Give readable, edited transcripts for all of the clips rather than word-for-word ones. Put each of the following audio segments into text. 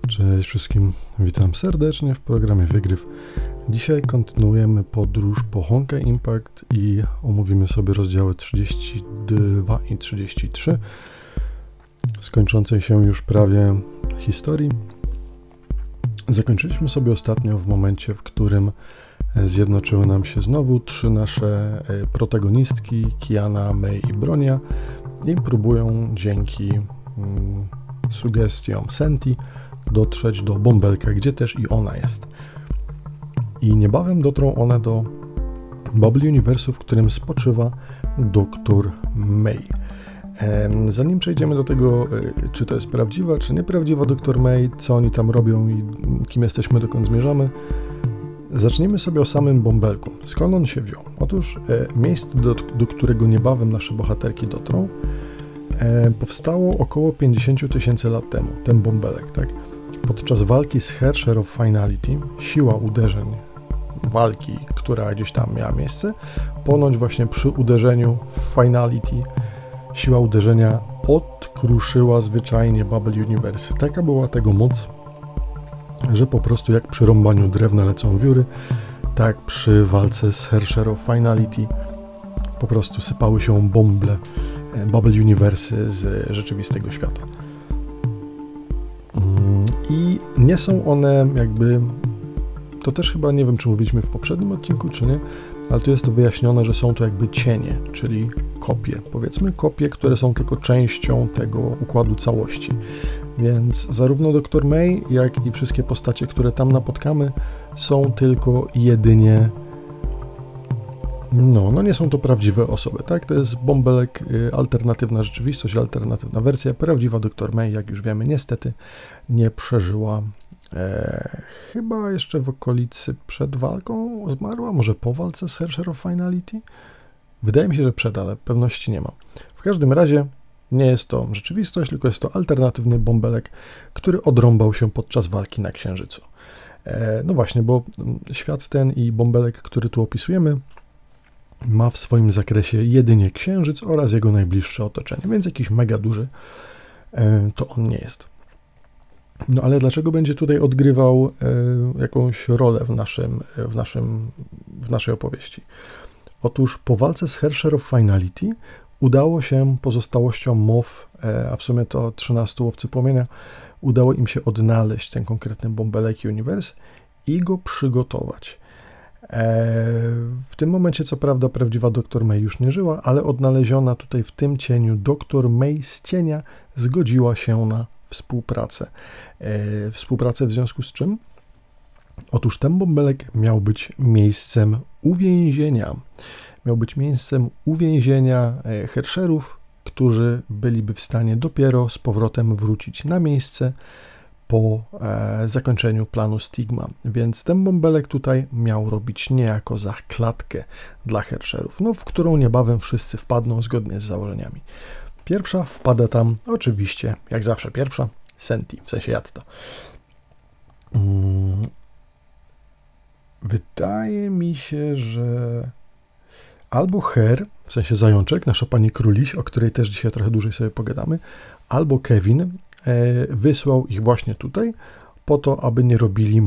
Cześć wszystkim, witam serdecznie w programie Wygryw. Dzisiaj kontynuujemy podróż po Honkai Impact i omówimy sobie rozdziały 32 i 33 skończącej się już prawie historii. Zakończyliśmy sobie ostatnio w momencie, w którym zjednoczyły nam się znowu trzy nasze protagonistki, Kiana, Mei i Bronia, i próbują dzięki sugestiom Senti dotrzeć do bąbelka, gdzie też i ona jest. I niebawem dotrą one do Bubble Universe'u, w którym spoczywa Dr. Mei. Zanim przejdziemy do tego, czy to jest prawdziwa, czy nieprawdziwa Dr. Mei, co oni tam robią i kim jesteśmy, dokąd zmierzamy, zacznijmy sobie o samym bąbelku. Skąd on się wziął? Otóż miejsce, do którego niebawem nasze bohaterki dotrą, powstało około 50 000 lat temu, ten bąbelek, tak? Podczas walki z Hersher of Finality, siła uderzeń walki, która gdzieś tam miała miejsce, ponoć właśnie przy uderzeniu w Finality siła uderzenia odkruszyła zwyczajnie Bubble Universe. Taka była tego moc, że po prostu jak przy rąbaniu drewna lecą wióry, tak przy walce z Hersher of Finality po prostu sypały się bąble Bubble Universe z rzeczywistego świata. I nie są one jakby, to też chyba nie wiem, czy mówiliśmy w poprzednim odcinku, czy nie, ale tu jest to wyjaśnione, że są to jakby cienie, czyli kopie, powiedzmy kopie, które są tylko częścią tego układu całości. Więc zarówno Dr. Mei, jak i wszystkie postacie, które tam napotkamy, są tylko jedynie no nie są to prawdziwe osoby, tak? To jest bąbelek, alternatywna rzeczywistość, alternatywna wersja. Prawdziwa Dr. Mei, jak już wiemy, niestety nie przeżyła. Chyba jeszcze w okolicy przed walką zmarła, może po walce z Hersher of Finality? Wydaje mi się, że przed, ale pewności nie mam. W każdym razie nie jest to rzeczywistość, tylko jest to alternatywny bąbelek, który odrąbał się podczas walki na Księżycu. No właśnie, bo świat ten i bąbelek, który tu opisujemy, ma w swoim zakresie jedynie Księżyc oraz jego najbliższe otoczenie, więc jakiś mega duży to on nie jest. No ale dlaczego będzie tutaj odgrywał jakąś rolę w naszej opowieści? Otóż po walce z Hersher of Finality udało się pozostałościom MOF, a w sumie to 13 łowcy płomienia, udało im się odnaleźć ten konkretny bąbelek Universe i go przygotować. W tym momencie, co prawda, prawdziwa Dr. Mei już nie żyła, ale odnaleziona tutaj w tym cieniu Dr. Mei z cienia zgodziła się na współpracę. Współpracę w związku z czym? Otóż ten bąbelek miał być miejscem uwięzienia. Miał być miejscem uwięzienia Hersherów, którzy byliby w stanie dopiero z powrotem wrócić na miejsce po zakończeniu planu Stigma, więc ten bąbelek tutaj miał robić niejako za klatkę dla Hersherów, no w którą niebawem wszyscy wpadną zgodnie z założeniami. Pierwsza wpada tam oczywiście, jak zawsze pierwsza, Senti, w sensie Yatta. Wydaje mi się, że albo Her, w sensie Zajączek, nasza pani króliś, o której też dzisiaj trochę dłużej sobie pogadamy, albo Kevin wysłał ich właśnie tutaj po to, aby nie robili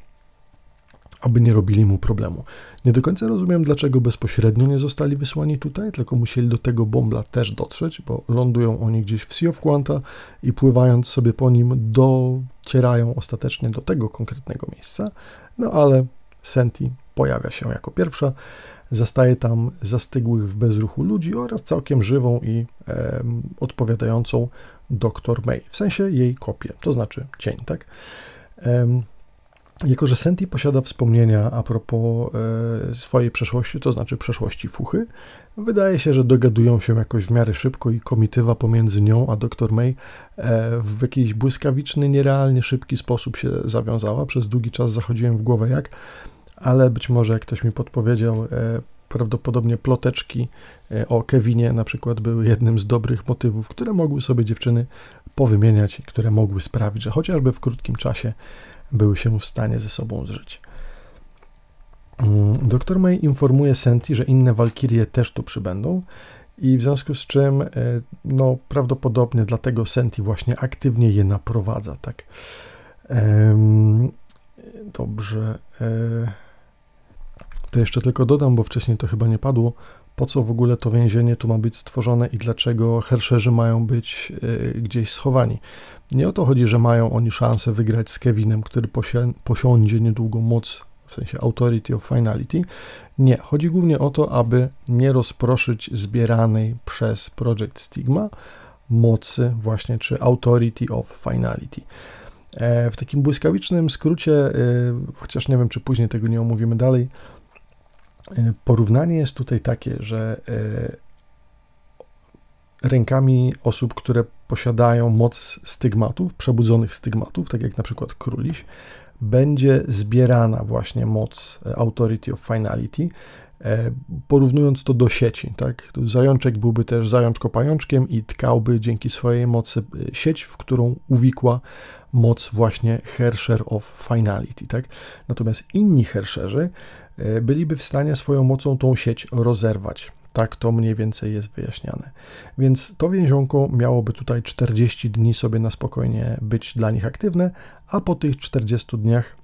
mu problemu. Nie do końca rozumiem, dlaczego bezpośrednio nie zostali wysłani tutaj, tylko musieli do tego bąbla też dotrzeć, bo lądują oni gdzieś w Sea of Quanta i pływając sobie po nim docierają ostatecznie do tego konkretnego miejsca, no ale Senti pojawia się jako pierwsza, zastaje tam zastygłych w bezruchu ludzi oraz całkiem żywą i odpowiadającą Dr. Mei, w sensie jej kopię, to znaczy cień, tak? Jako że Senti posiada wspomnienia a propos swojej przeszłości, to znaczy przeszłości Fuchy, wydaje się, że dogadują się jakoś w miarę szybko i komitywa pomiędzy nią a Dr. Mei w jakiś błyskawiczny, nierealnie szybki sposób się zawiązała. Przez długi czas zachodziłem w głowę jak, ale być może jak ktoś mi podpowiedział, prawdopodobnie ploteczki o Kevinie na przykład były jednym z dobrych motywów, które mogły sobie dziewczyny powymieniać i które mogły sprawić, że chociażby w krótkim czasie były się w stanie ze sobą zżyć. Dr. Mei informuje Senti, że inne walkirie też tu przybędą i w związku z czym no, prawdopodobnie dlatego Senti właśnie aktywnie je naprowadza, tak. Dobrze. To jeszcze tylko dodam, bo wcześniej to chyba nie padło, po co w ogóle to więzienie tu ma być stworzone i dlaczego herszerzy mają być gdzieś schowani. Nie o to chodzi, że mają oni szansę wygrać z Kevinem, który posiądzie niedługo moc, w sensie Authority of Finality. Nie, chodzi głównie o to, aby nie rozproszyć zbieranej przez Project Stigma mocy właśnie, czy Authority of Finality. W takim błyskawicznym skrócie, chociaż nie wiem, czy później tego nie omówimy dalej, porównanie jest tutaj takie, że rękami osób, które posiadają moc stygmatów, przebudzonych stygmatów, tak jak na przykład króliś, będzie zbierana właśnie moc Authority of Finality, porównując to do sieci, tak? Zajączek byłby też zajączko-pajączkiem i tkałby dzięki swojej mocy sieć, w którą uwikła moc właśnie Hersher of Finality, tak? Natomiast inni herszerzy byliby w stanie swoją mocą tą sieć rozerwać. Tak to mniej więcej jest wyjaśniane. Więc to więzionko miałoby tutaj 40 dni sobie na spokojnie być dla nich aktywne, a po tych 40 dniach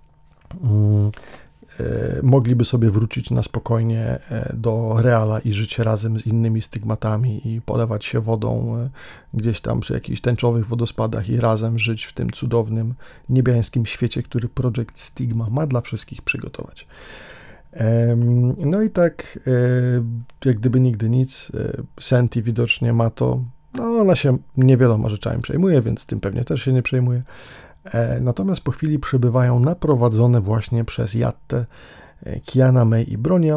mogliby sobie wrócić na spokojnie do Reala i żyć razem z innymi stygmatami i polewać się wodą gdzieś tam przy jakichś tęczowych wodospadach i razem żyć w tym cudownym niebiańskim świecie, który Project Stigma ma dla wszystkich przygotować. No i tak, jak gdyby nigdy nic, Senti widocznie ma to, no ona się niewieloma rzeczami przejmuje, więc tym pewnie też się nie przejmuje. Natomiast po chwili przybywają naprowadzone właśnie przez Jattę Kiana, May i Bronia,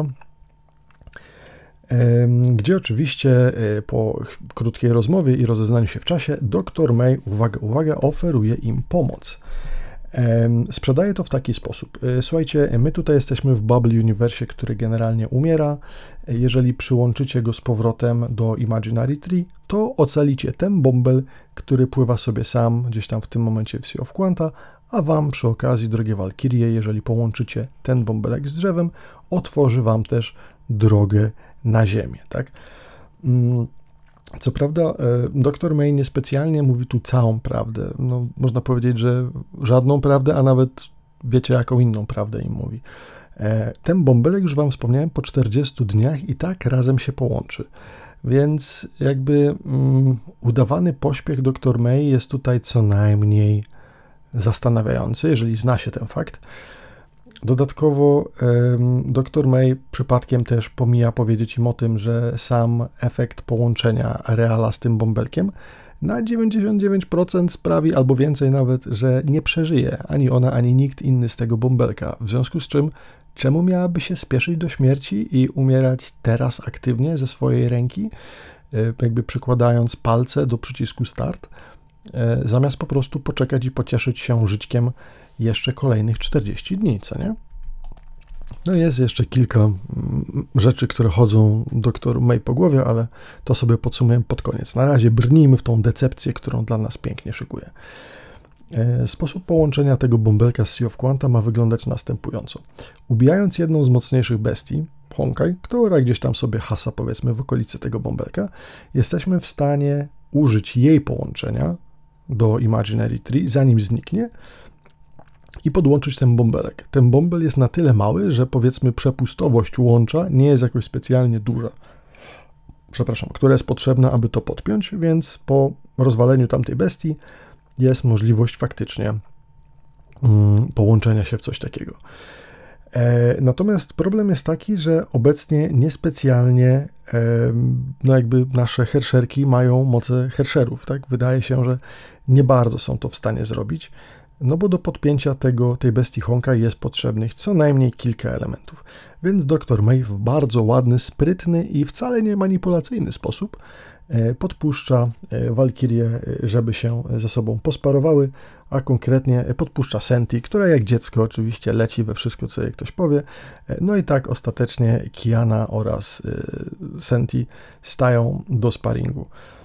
gdzie oczywiście po krótkiej rozmowie i rozeznaniu się w czasie dr May, uwaga, oferuje im pomoc. Sprzedaje to w taki sposób. Słuchajcie, my tutaj jesteśmy w Bubble Universe, który generalnie umiera. Jeżeli przyłączycie go z powrotem do Imaginary Tree, to ocalicie ten bąbel, który pływa sobie sam gdzieś tam w tym momencie w Sea of Quanta, a wam przy okazji, drogie Walkirie, jeżeli połączycie ten bąbelek z drzewem, otworzy wam też drogę na ziemię, tak? Co prawda, dr May niespecjalnie mówi tu całą prawdę. No, można powiedzieć, że żadną prawdę, a nawet wiecie, jaką inną prawdę im mówi. Ten bąbelek, już wam wspomniałem, po 40 dniach i tak razem się połączy. Więc jakby udawany pośpiech dr May jest tutaj co najmniej zastanawiający, jeżeli zna się ten fakt. Dodatkowo dr May przypadkiem też pomija powiedzieć im o tym, że sam efekt połączenia Reala z tym bąbelkiem na 99% sprawi, albo więcej nawet, że nie przeżyje ani ona, ani nikt inny z tego bąbelka. W związku z czym, czemu miałaby się spieszyć do śmierci i umierać teraz aktywnie ze swojej ręki, jakby przykładając palce do przycisku start, zamiast po prostu poczekać i pocieszyć się żyćkiem jeszcze kolejnych 40 dni, co nie? No jest jeszcze kilka rzeczy, które chodzą dr May po głowie, ale to sobie podsumuję pod koniec. Na razie brnijmy w tą decepcję, którą dla nas pięknie szykuje. Sposób połączenia tego bąbelka z Sea of Quanta ma wyglądać następująco. Ubijając jedną z mocniejszych bestii, Honkai, która gdzieś tam sobie hasa, powiedzmy, w okolicy tego bąbelka, jesteśmy w stanie użyć jej połączenia do Imaginary Tree, zanim zniknie, i podłączyć ten bąbelek. Ten bąbel jest na tyle mały, że powiedzmy przepustowość łącza nie jest jakoś specjalnie duża. Która jest potrzebna, aby to podpiąć, więc po rozwaleniu tamtej bestii jest możliwość faktycznie połączenia się w coś takiego. Natomiast problem jest taki, że obecnie niespecjalnie no jakby nasze herszerki mają moce herszerów, tak? Wydaje się, że nie bardzo są to w stanie zrobić, no bo do podpięcia tej bestii Honkai jest potrzebnych co najmniej kilka elementów. Więc dr May w bardzo ładny, sprytny i wcale nie manipulacyjny sposób podpuszcza walkirie, żeby się ze sobą posparowały, a konkretnie podpuszcza Senti, która jak dziecko oczywiście leci we wszystko, co jej ktoś powie. No i tak ostatecznie Kiana oraz Senti stają do sparingu.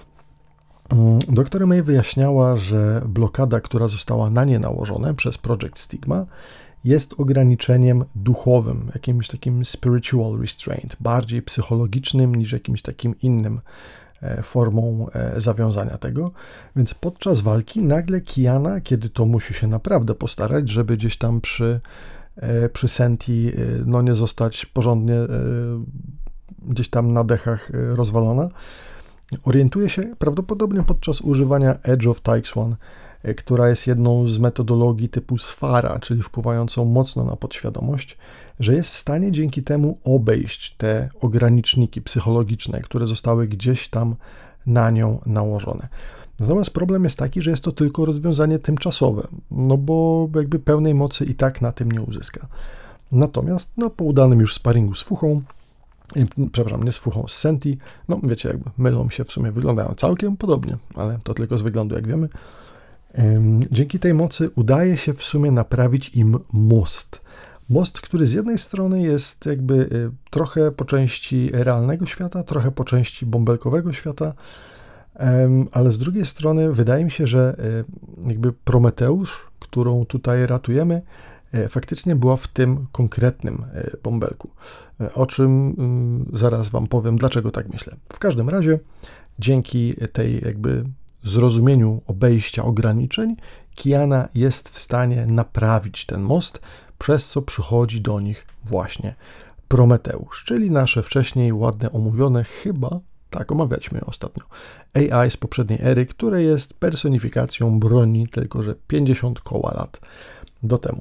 Dr May wyjaśniała, że blokada, która została na nie nałożona przez Project Stigma, jest ograniczeniem duchowym, jakimś takim spiritual restraint, bardziej psychologicznym niż jakimś takim innym formą zawiązania tego. Więc podczas walki nagle Kiana, kiedy to musi się naprawdę postarać, żeby gdzieś tam przy Senti no nie zostać porządnie gdzieś tam na dechach rozwalona, orientuje się prawdopodobnie podczas używania Edge of Taixuan, która jest jedną z metodologii typu Sfara, czyli wpływającą mocno na podświadomość, że jest w stanie dzięki temu obejść te ograniczniki psychologiczne, które zostały gdzieś tam na nią nałożone. Natomiast problem jest taki, że jest to tylko rozwiązanie tymczasowe, no bo jakby pełnej mocy i tak na tym nie uzyska. Natomiast no, po udanym już sparingu z Fuchą, przepraszam, nie z Fuchą, z Senti, no wiecie, jakby mylą się, w sumie wyglądają całkiem podobnie, ale to tylko z wyglądu, jak wiemy. Dzięki tej mocy udaje się w sumie naprawić im most. Most, który z jednej strony jest jakby trochę po części realnego świata, trochę po części bąbelkowego świata, ale z drugiej strony wydaje mi się, że jakby Prometeusz, którą tutaj ratujemy, faktycznie była w tym konkretnym bąbelku, o czym zaraz wam powiem, dlaczego tak myślę. W każdym razie, dzięki tej jakby zrozumieniu obejścia ograniczeń, Kiana jest w stanie naprawić ten most, przez co przychodzi do nich właśnie Prometeusz, czyli nasze wcześniej ładne omówione, chyba tak omawialiśmy ostatnio, AI z poprzedniej ery, które jest personifikacją broni, tylko że 50 koła lat do temu.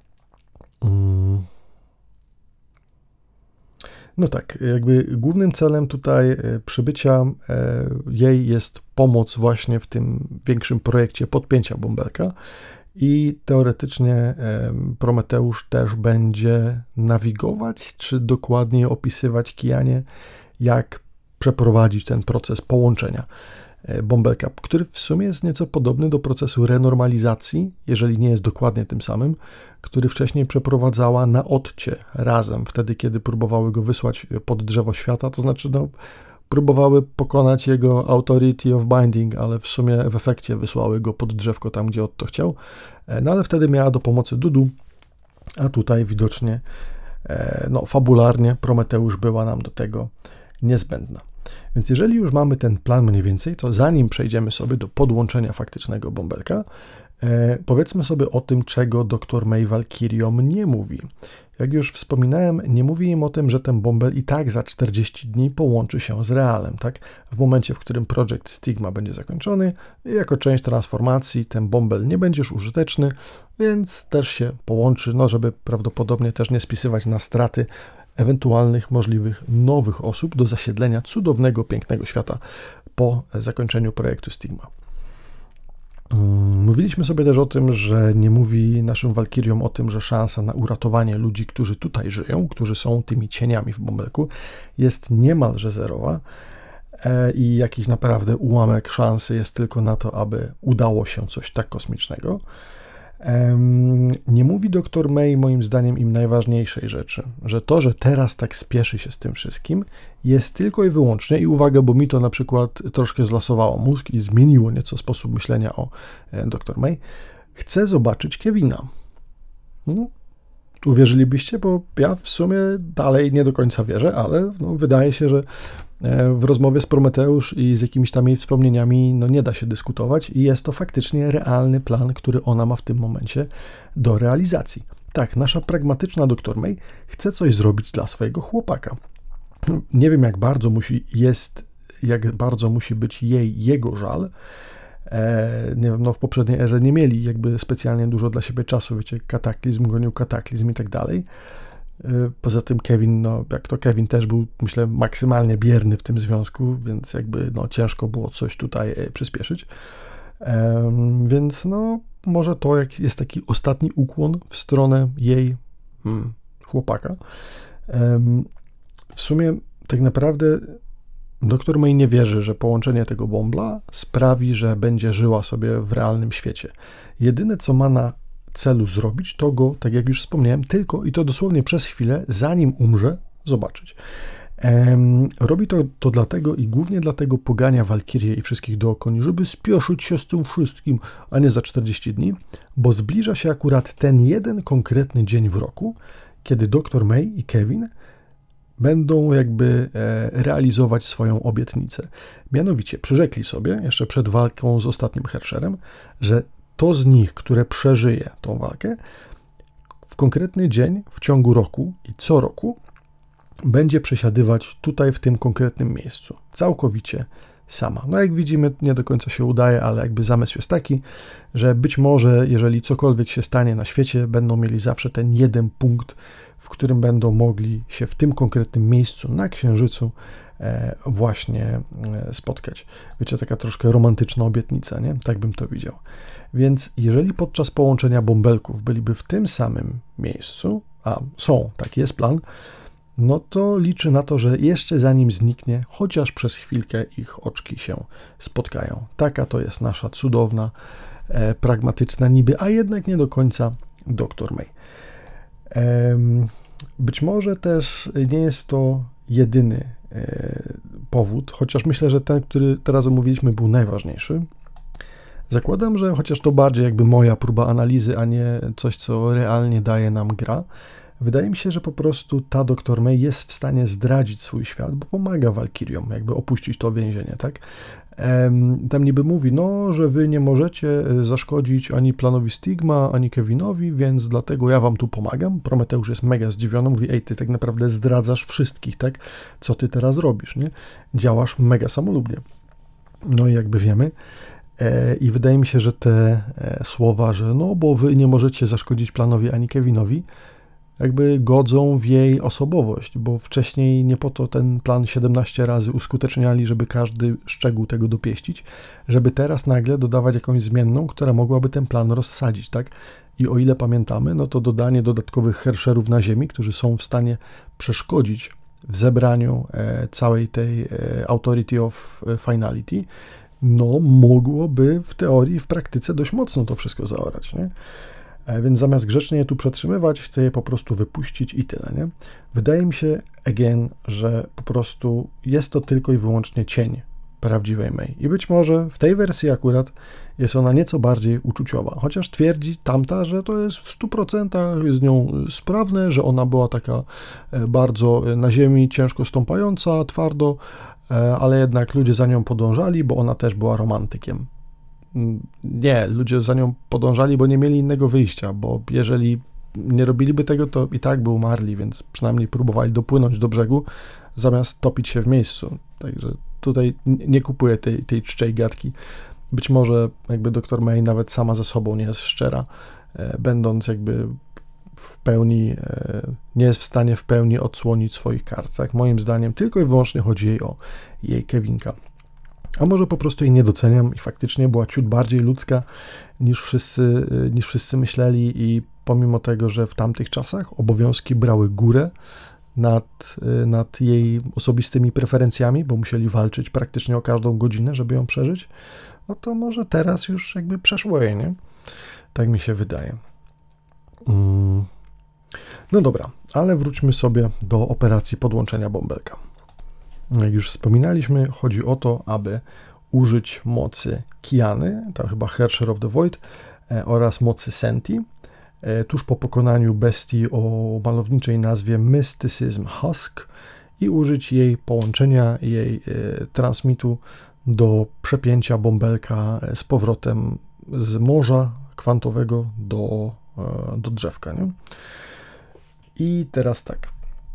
No tak, jakby głównym celem tutaj przybycia jej jest pomoc właśnie w tym większym projekcie podpięcia bąbelka i teoretycznie Prometeusz też będzie nawigować, czy dokładniej opisywać Kianie, jak przeprowadzić ten proces połączenia bąbelka, który w sumie jest nieco podobny do procesu renormalizacji, jeżeli nie jest dokładnie tym samym, który wcześniej przeprowadzała na odcie razem, wtedy kiedy próbowały go wysłać pod drzewo świata, to znaczy no, próbowały pokonać jego authority of binding, ale w sumie w efekcie wysłały go pod drzewko tam, gdzie Otto chciał, no ale wtedy miała do pomocy Dudu, a tutaj widocznie no, fabularnie Prometeusz była nam do tego niezbędna. Więc jeżeli już mamy ten plan mniej więcej, to zanim przejdziemy sobie do podłączenia faktycznego bąbelka, powiedzmy sobie o tym, czego dr May Valkyriom nie mówi. Jak już wspominałem, nie mówi im o tym, że ten bąbel i tak za 40 dni połączy się z realem, tak? W momencie, w którym projekt Stigma będzie zakończony, jako część transformacji ten bąbel nie będzie już użyteczny, więc też się połączy, no żeby prawdopodobnie też nie spisywać na straty ewentualnych możliwych nowych osób do zasiedlenia cudownego, pięknego świata po zakończeniu projektu Stigma. Mówiliśmy sobie też o tym, że nie mówi naszym Walkiriom o tym, że szansa na uratowanie ludzi, którzy tutaj żyją, którzy są tymi cieniami w bąbelku, jest niemalże zerowa i jakiś naprawdę ułamek szansy jest tylko na to, aby udało się coś tak kosmicznego. Nie mówi dr May moim zdaniem im najważniejszej rzeczy, że to, że teraz tak spieszy się z tym wszystkim, jest tylko i wyłącznie, i uwaga, bo mi to na przykład troszkę zlasowało mózg i zmieniło nieco sposób myślenia o dr May, chce zobaczyć Kevina. Uwierzylibyście, bo ja w sumie dalej nie do końca wierzę, ale no, wydaje się, że w rozmowie z Prometeusz i z jakimiś tam jej wspomnieniami no nie da się dyskutować i jest to faktycznie realny plan, który ona ma w tym momencie do realizacji. Tak, nasza pragmatyczna dr May chce coś zrobić dla swojego chłopaka. Nie wiem, jak bardzo musi być jego żal. Nie wiem, no w poprzedniej erze nie mieli jakby specjalnie dużo dla siebie czasu, wiecie, kataklizm gonił kataklizm i tak dalej. Poza tym Kevin, no jak to Kevin też był, myślę, maksymalnie bierny w tym związku, więc jakby no ciężko było coś tutaj przyspieszyć. Więc no może to jest taki ostatni ukłon w stronę jej chłopaka. W sumie tak naprawdę dr May nie wierzy, że połączenie tego bąbla sprawi, że będzie żyła sobie w realnym świecie. Jedyne, co ma na celu zrobić, to go, tak jak już wspomniałem, tylko i to dosłownie przez chwilę, zanim umrze, zobaczyć. Robi to dlatego i głównie dlatego pogania Walkirię i wszystkich dookoni, żeby spieszyć się z tym wszystkim, a nie za 40 dni, bo zbliża się akurat ten jeden konkretny dzień w roku, kiedy dr May i Kevin będą jakby realizować swoją obietnicę. Mianowicie przyrzekli sobie, jeszcze przed walką z ostatnim Hersherem, że to z nich, które przeżyje tą walkę, w konkretny dzień w ciągu roku i co roku będzie przesiadywać tutaj w tym konkretnym miejscu. Całkowicie sama. No jak widzimy, nie do końca się udaje, ale jakby zamysł jest taki, że być może, jeżeli cokolwiek się stanie na świecie, będą mieli zawsze ten jeden punkt, w którym będą mogli się w tym konkretnym miejscu na Księżycu właśnie spotkać. Wiecie, taka troszkę romantyczna obietnica, nie? Tak bym to widział. Więc jeżeli podczas połączenia bąbelków byliby w tym samym miejscu, a są, taki jest plan, no to liczy na to, że jeszcze zanim zniknie, chociaż przez chwilkę ich oczki się spotkają. Taka to jest nasza cudowna, pragmatyczna niby, a jednak nie do końca Dr. May. Być może też nie jest to jedyny powód, chociaż myślę, że ten, który teraz omówiliśmy, był najważniejszy. Zakładam, że chociaż to bardziej jakby moja próba analizy, a nie coś, co realnie daje nam gra, wydaje mi się, że po prostu ta Dr. May jest w stanie zdradzić swój świat, bo pomaga Walkiriom jakby opuścić to więzienie, tak? Tam niby mówi, no, że wy nie możecie zaszkodzić ani planowi Stigma, ani Kevinowi, więc dlatego ja wam tu pomagam. Prometeusz jest mega zdziwiony, mówi, ej, ty tak naprawdę zdradzasz wszystkich, tak? Co ty teraz robisz, nie? Działasz mega samolubnie. No i jakby wiemy, i wydaje mi się, że te słowa, że no, bo wy nie możecie zaszkodzić planowi ani Kevinowi, jakby godzą w jej osobowość, bo wcześniej nie po to ten plan 17 razy uskuteczniali, żeby każdy szczegół tego dopieścić, żeby teraz nagle dodawać jakąś zmienną, która mogłaby ten plan rozsadzić, tak? I o ile pamiętamy, no to dodanie dodatkowych Hersherów na Ziemi, którzy są w stanie przeszkodzić w zebraniu całej tej Authority of Finality, no mogłoby w teorii i w praktyce dość mocno to wszystko zaorać, nie? Więc zamiast grzecznie je tu przetrzymywać, chcę je po prostu wypuścić i tyle, nie? Wydaje mi się, że po prostu jest to tylko i wyłącznie cień prawdziwej May. I być może w tej wersji akurat jest ona nieco bardziej uczuciowa, chociaż twierdzi tamta, że to jest w 100% z nią sprawne, że ona była taka bardzo na ziemi, ciężko stąpająca, twardo, ale jednak ludzie za nią podążali, bo ona też była romantykiem. Nie, ludzie za nią podążali, bo nie mieli innego wyjścia, bo jeżeli nie robiliby tego, to i tak by umarli, więc przynajmniej próbowali dopłynąć do brzegu, zamiast topić się w miejscu. Także tutaj nie kupuję tej czczej gadki. Być może jakby Dr. May nawet sama ze sobą nie jest szczera, będąc jakby w pełni, nie jest w stanie w pełni odsłonić swoich kart. Tak? Moim zdaniem tylko i wyłącznie chodzi jej o jej Kevinka. A może po prostu jej nie doceniam i faktycznie była ciut bardziej ludzka niż wszyscy myśleli i pomimo tego, że w tamtych czasach obowiązki brały górę nad jej osobistymi preferencjami, bo musieli walczyć praktycznie o każdą godzinę, żeby ją przeżyć, no to może teraz już jakby przeszło jej, nie? Tak mi się wydaje. No dobra, ale wróćmy sobie do operacji podłączenia bąbelka. Jak już wspominaliśmy, chodzi o to, aby użyć mocy Kiany, tam chyba Hersher of the Void, oraz mocy Senti, tuż po pokonaniu bestii o malowniczej nazwie Mysticism Husk i użyć jej połączenia, jej transmitu do przepięcia bąbelka z powrotem z morza kwantowego do drzewka. Nie? I teraz tak.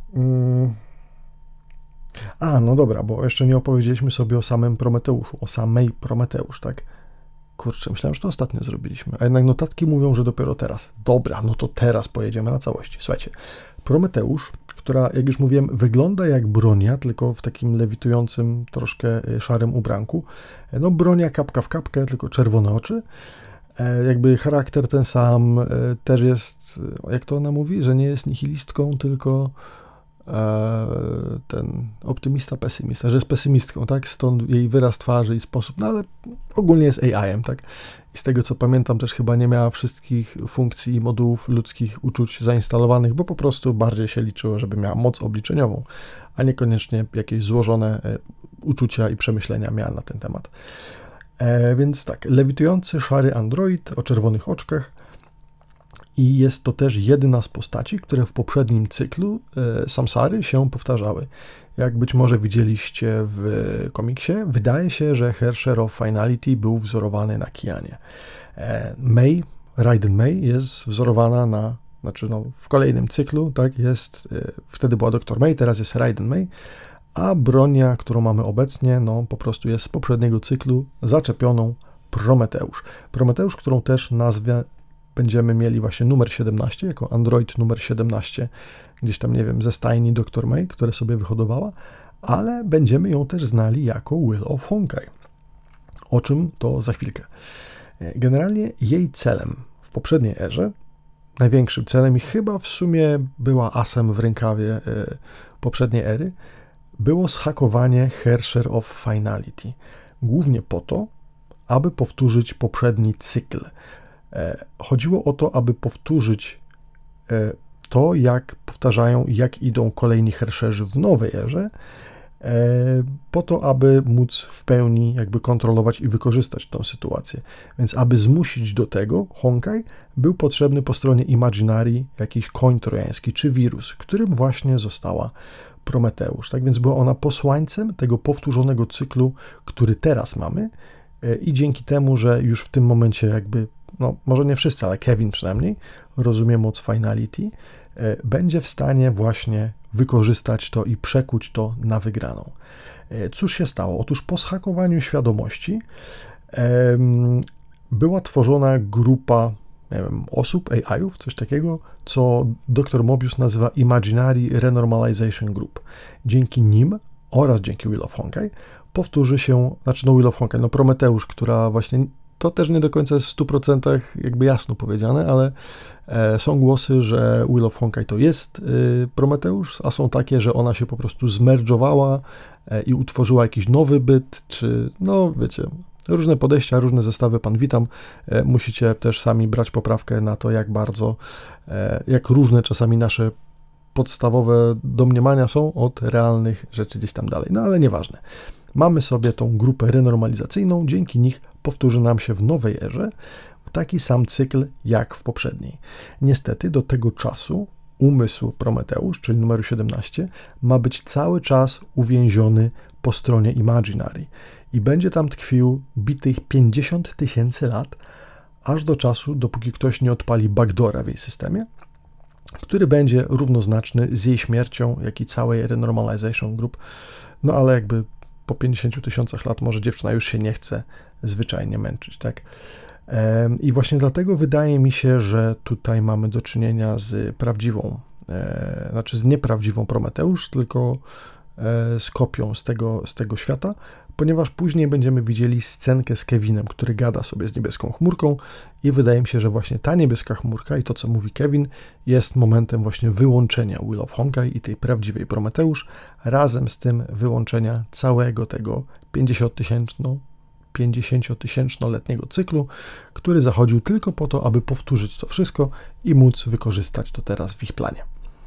No dobra, bo jeszcze nie opowiedzieliśmy sobie o samym Prometeuszu, o samej Prometeusz, tak? Kurczę, myślałem, że to ostatnio zrobiliśmy, a jednak notatki mówią, że dopiero teraz. Dobra, no to teraz pojedziemy na całości. Słuchajcie, Prometeusz, która, jak już mówiłem, wygląda jak Bronia, tylko w takim lewitującym, troszkę szarym ubranku. No Bronia kapka w kapkę, tylko czerwone oczy. Jakby charakter ten sam, też jest, jak to ona mówi, że nie jest nihilistką, tylko ten optymista, pesymista, że jest pesymistką, tak? Stąd jej wyraz twarzy i sposób, no ale ogólnie jest AI-em, tak? I z tego co pamiętam też chyba nie miała wszystkich funkcji i modułów ludzkich uczuć zainstalowanych, bo po prostu bardziej się liczyło, żeby miała moc obliczeniową, a niekoniecznie jakieś złożone uczucia i przemyślenia miała na ten temat. Więc tak, lewitujący szary android o czerwonych oczkach I jest to też jedyna z postaci, które w poprzednim cyklu Samsary się powtarzały. Jak być może widzieliście w komiksie, wydaje się, że Hersher of Finality był wzorowany na Kianie. May, Raiden May jest wzorowana w kolejnym cyklu, tak, jest, wtedy była Dr. May, teraz jest Raiden May, a bronia, którą mamy obecnie, po prostu jest z poprzedniego cyklu zaczepioną Prometeusz. Prometeusz, którą też nazwę będziemy mieli właśnie numer 17, jako android numer 17, gdzieś tam, nie wiem, ze stajni Dr. May, które sobie wyhodowała, ale będziemy ją też znali jako Will of Honkai. O czym to za chwilkę. Generalnie jej celem w poprzedniej erze, największym celem i chyba w sumie była asem w rękawie poprzedniej ery, było zhakowanie Hersher of Finality. Głównie po to, aby powtórzyć poprzedni cykl. Chodziło o to, aby powtórzyć to, jak powtarzają, jak idą kolejni Herscherzy w nowej erze, po to, aby móc w pełni jakby kontrolować i wykorzystać tę sytuację. Więc aby zmusić do tego Honkai, był potrzebny po stronie Imaginary jakiś koń trojański czy wirus, którym właśnie została Prometeusz. Tak więc była ona posłańcem tego powtórzonego cyklu, który teraz mamy i dzięki temu, że już w tym momencie jakby, może nie wszyscy, ale Kevin przynajmniej rozumie moc Finality, będzie w stanie właśnie wykorzystać to i przekuć to na wygraną. Cóż się stało? Otóż po zhakowaniu świadomości była tworzona grupa, nie wiem, osób, AI-ów, coś takiego, co dr Mobius nazywa Imaginary Renormalization Group. Dzięki nim oraz dzięki Will of Honkai powtórzy się, Will of Honkai, Prometeusz, która właśnie, to też nie do końca jest w 100% jakby jasno powiedziane, ale są głosy, że Will of Honkai to jest Prometeusz, a są takie, że ona się po prostu zmerdżowała i utworzyła jakiś nowy byt, czy wiecie, różne podejścia, różne zestawy, pan witam, musicie też sami brać poprawkę na to, jak różne czasami nasze podstawowe domniemania są od realnych rzeczy gdzieś tam dalej, ale nieważne. Mamy sobie tą grupę renormalizacyjną, dzięki nich powtórzy nam się w nowej erze taki sam cykl jak w poprzedniej. Niestety do tego czasu umysł Prometeusz, czyli numeru 17, ma być cały czas uwięziony po stronie Imaginary i będzie tam tkwił bitych 50 000 lat, aż do czasu, dopóki ktoś nie odpali backdoora w jej systemie, który będzie równoznaczny z jej śmiercią, jak i całej Renormalization Group, ale jakby po 50 000 lat może dziewczyna już się nie chce zwyczajnie męczyć, tak? I właśnie dlatego wydaje mi się, że tutaj mamy do czynienia z prawdziwą, z nieprawdziwą Prometeusz, tylko z kopią z tego świata, ponieważ później będziemy widzieli scenkę z Kevinem, który gada sobie z niebieską chmurką i wydaje mi się, że właśnie ta niebieska chmurka i to, co mówi Kevin, jest momentem właśnie wyłączenia Will of Honkai i tej prawdziwej Prometeusz, razem z tym wyłączenia całego tego 50-tysięcznoletniego cyklu, który zachodził tylko po to, aby powtórzyć to wszystko i móc wykorzystać to teraz w ich planie.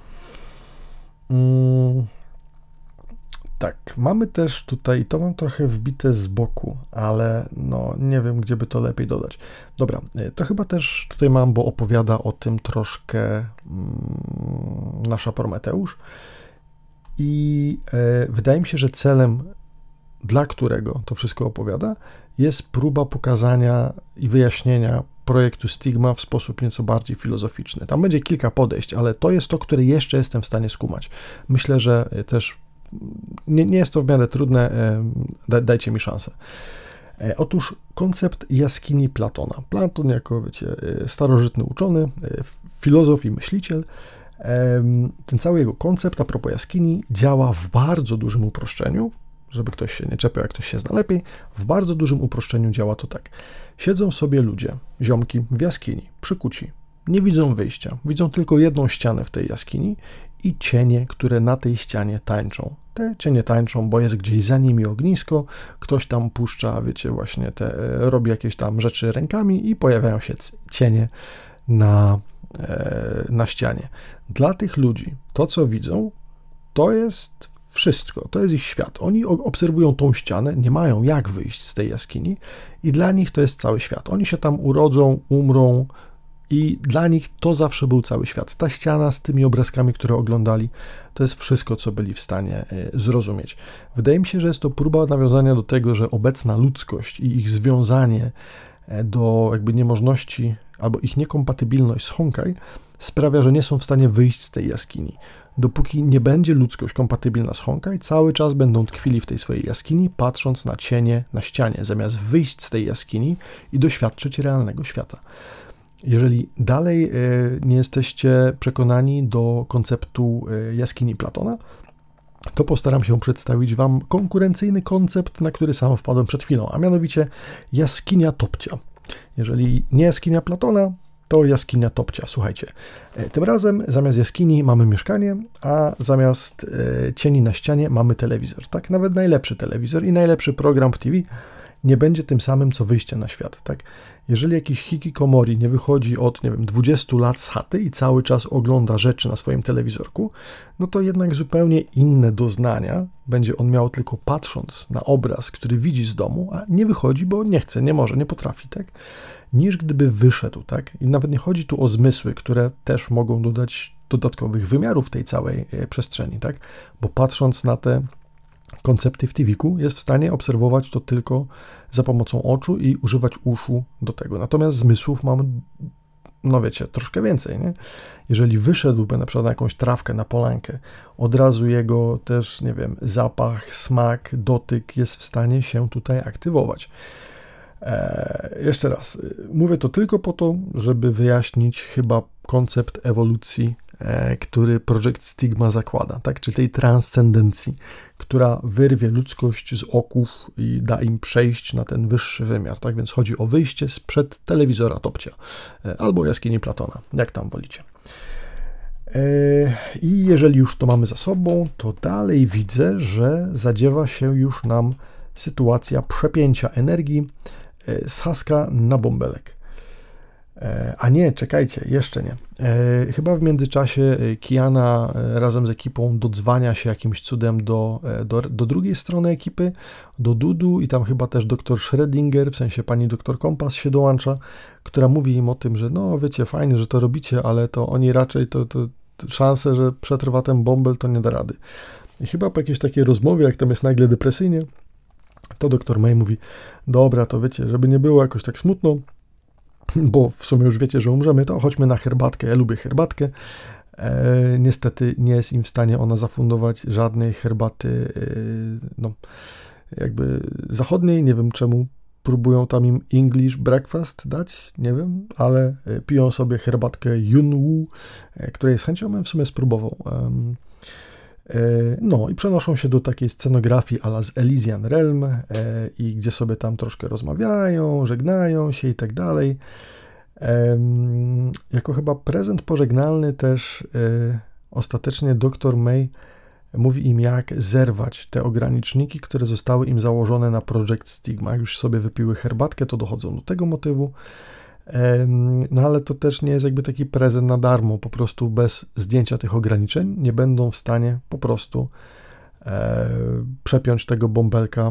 Tak, mamy też tutaj, to mam trochę wbite z boku, ale nie wiem, gdzie by to lepiej dodać. Dobra, to chyba też tutaj mam, bo opowiada o tym troszkę nasza Prometeusz i wydaje mi się, że celem, dla którego to wszystko opowiada, jest próba pokazania i wyjaśnienia projektu Stigma w sposób nieco bardziej filozoficzny. Tam będzie kilka podejść, ale to jest to, które jeszcze jestem w stanie skumać. Myślę, że też nie jest to w miarę trudne, dajcie mi szansę. Otóż koncept jaskini Platona. Platon jako, wiecie, starożytny uczony, filozof i myśliciel, ten cały jego koncept a propos jaskini działa w bardzo dużym uproszczeniu, żeby ktoś się nie czepiał, jak ktoś się zna lepiej, w bardzo dużym uproszczeniu działa to tak. Siedzą sobie ludzie, ziomki w jaskini, przykuci, nie widzą wyjścia, widzą tylko jedną ścianę w tej jaskini i cienie, które na tej ścianie tańczą. Te cienie tańczą, bo jest gdzieś za nimi ognisko, ktoś tam puszcza, wiecie, właśnie robi jakieś tam rzeczy rękami i pojawiają się cienie na ścianie. Dla tych ludzi to, co widzą, to jest wszystko, to jest ich świat. Oni obserwują tą ścianę, nie mają jak wyjść z tej jaskini i dla nich to jest cały świat. Oni się tam urodzą, umrą I dla nich to zawsze był cały świat. Ta ściana z tymi obrazkami, które oglądali, to jest wszystko, co byli w stanie zrozumieć. Wydaje mi się, że jest to próba nawiązania do tego, że obecna ludzkość i ich związanie do jakby niemożności albo ich niekompatybilność z Honkai sprawia, że nie są w stanie wyjść z tej jaskini. Dopóki nie będzie ludzkość kompatybilna z Honkai, cały czas będą tkwili w tej swojej jaskini, patrząc na cienie na ścianie, zamiast wyjść z tej jaskini i doświadczyć realnego świata. Jeżeli dalej nie jesteście przekonani do konceptu jaskini Platona, to postaram się przedstawić Wam konkurencyjny koncept, na który sam wpadłem przed chwilą, a mianowicie jaskinia Topcia. Jeżeli nie jaskinia Platona, to jaskinia Topcia. Słuchajcie, tym razem zamiast jaskini mamy mieszkanie, a zamiast cieni na ścianie mamy telewizor. Tak, nawet najlepszy telewizor i najlepszy program w TV nie będzie tym samym, co wyjście na świat, tak? Jeżeli jakiś hikikomori nie wychodzi od, 20 lat z chaty i cały czas ogląda rzeczy na swoim telewizorku, no to jednak zupełnie inne doznania będzie on miał tylko patrząc na obraz, który widzi z domu, a nie wychodzi, bo nie chce, nie może, nie potrafi, tak? Niż gdyby wyszedł, tak? I nawet nie chodzi tu o zmysły, które też mogą dodać dodatkowych wymiarów tej całej przestrzeni, tak? Bo patrząc na te koncepty w TV-ku jest w stanie obserwować to tylko za pomocą oczu i używać uszu do tego. Natomiast zmysłów mamy, troszkę więcej, nie? Jeżeli wyszedłby na przykład na jakąś trawkę, na polankę, od razu jego też, zapach, smak, dotyk jest w stanie się tutaj aktywować. Jeszcze raz, mówię to tylko po to, żeby wyjaśnić chyba koncept ewolucji, który Project Stigma zakłada, tak? Czyli tej transcendencji, która wyrwie ludzkość z oków i da im przejść na ten wyższy wymiar, tak? Więc chodzi o wyjście sprzed telewizora Topcia albo jaskini Platona, jak tam wolicie. I jeżeli już to mamy za sobą, to dalej widzę, że zadziewa się już nam sytuacja przepięcia energii z haska na bąbelek. A nie, czekajcie, jeszcze nie. Chyba w międzyczasie Kiana razem z ekipą dodzwania się jakimś cudem do drugiej strony ekipy, do Dudu i tam chyba też dr Schrödinger, w sensie pani dr Kompas się dołącza, która mówi im o tym, że no wiecie, fajnie, że to robicie, ale to oni raczej to szanse, że przetrwa ten bąbel, to nie da rady. I chyba po jakiejś takiej rozmowie, jak tam jest nagle depresyjnie, to dr May mówi, dobra, to wiecie, żeby nie było jakoś tak smutno, bo w sumie już wiecie, że umrzemy, to chodźmy na herbatkę, ja lubię herbatkę. Niestety nie jest im w stanie ona zafundować żadnej herbaty jakby zachodniej, nie wiem czemu próbują tam im English breakfast dać, nie wiem, ale piją sobie herbatkę Yunwu, której z chęcią bym w sumie spróbował. No i przenoszą się do takiej scenografii a la z Elysian Realm i gdzie sobie tam troszkę rozmawiają, żegnają się i tak dalej. Jako chyba prezent pożegnalny też ostatecznie dr May mówi im, jak zerwać te ograniczniki, które zostały im założone na Project Stigma. Jak już sobie wypiły herbatkę, to dochodzą do tego motywu. No ale to też nie jest jakby taki prezent na darmo, po prostu bez zdjęcia tych ograniczeń nie będą w stanie po prostu przepiąć tego bąbelka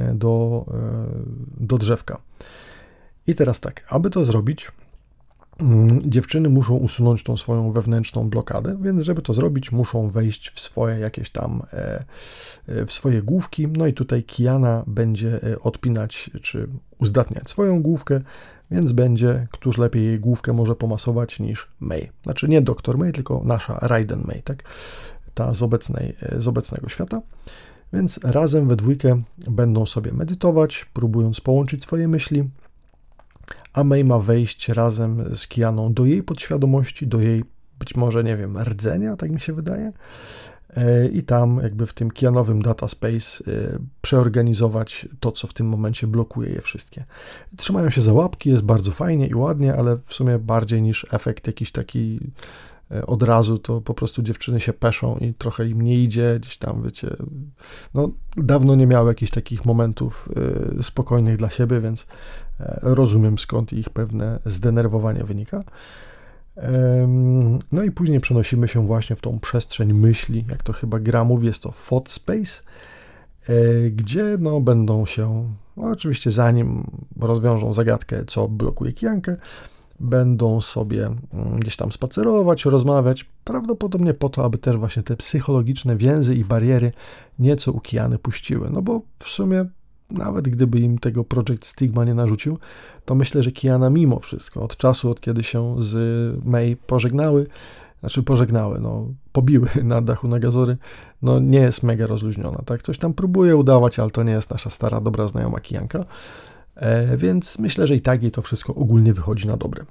do drzewka. I teraz tak, aby to zrobić, dziewczyny muszą usunąć tą swoją wewnętrzną blokadę, więc żeby to zrobić, muszą wejść w swoje jakieś tam, w swoje główki, no i tutaj Kiana będzie odpinać, czy uzdatniać swoją główkę, więc będzie, któż lepiej jej główkę może pomasować niż May. Znaczy nie dr May, tylko nasza Raiden May, tak? Ta z obecnego świata. Więc razem we dwójkę będą sobie medytować, próbując połączyć swoje myśli, a May ma wejść razem z Kianą do jej podświadomości, do jej być może, nie wiem, rdzenia, tak mi się wydaje, i tam jakby w tym Kianowym data space przeorganizować to, co w tym momencie blokuje je wszystkie. Trzymają się za łapki, jest bardzo fajnie i ładnie, ale w sumie bardziej niż efekt jakiś taki od razu, to po prostu dziewczyny się peszą i trochę im nie idzie, gdzieś tam, wiecie, no dawno nie miały jakichś takich momentów spokojnych dla siebie, więc rozumiem, skąd ich pewne zdenerwowanie wynika. No i później przenosimy się właśnie w tą przestrzeń myśli, jak to chyba gra mówi, jest to thought space, gdzie no będą się, no oczywiście zanim rozwiążą zagadkę, co blokuje Kijankę, będą sobie gdzieś tam spacerować, rozmawiać, prawdopodobnie po to, aby też właśnie te psychologiczne więzy i bariery nieco u Kiany puściły, no bo w sumie nawet gdyby im tego Project Stigma nie narzucił, to myślę, że Kiana mimo wszystko, od czasu, od kiedy się z May pożegnały, no pobiły na dachu Nagazory, no nie jest mega rozluźniona, tak? Coś tam próbuje udawać, ale to nie jest nasza stara, dobra znajoma Kijanka, więc myślę, że i tak jej to wszystko ogólnie wychodzi na dobre.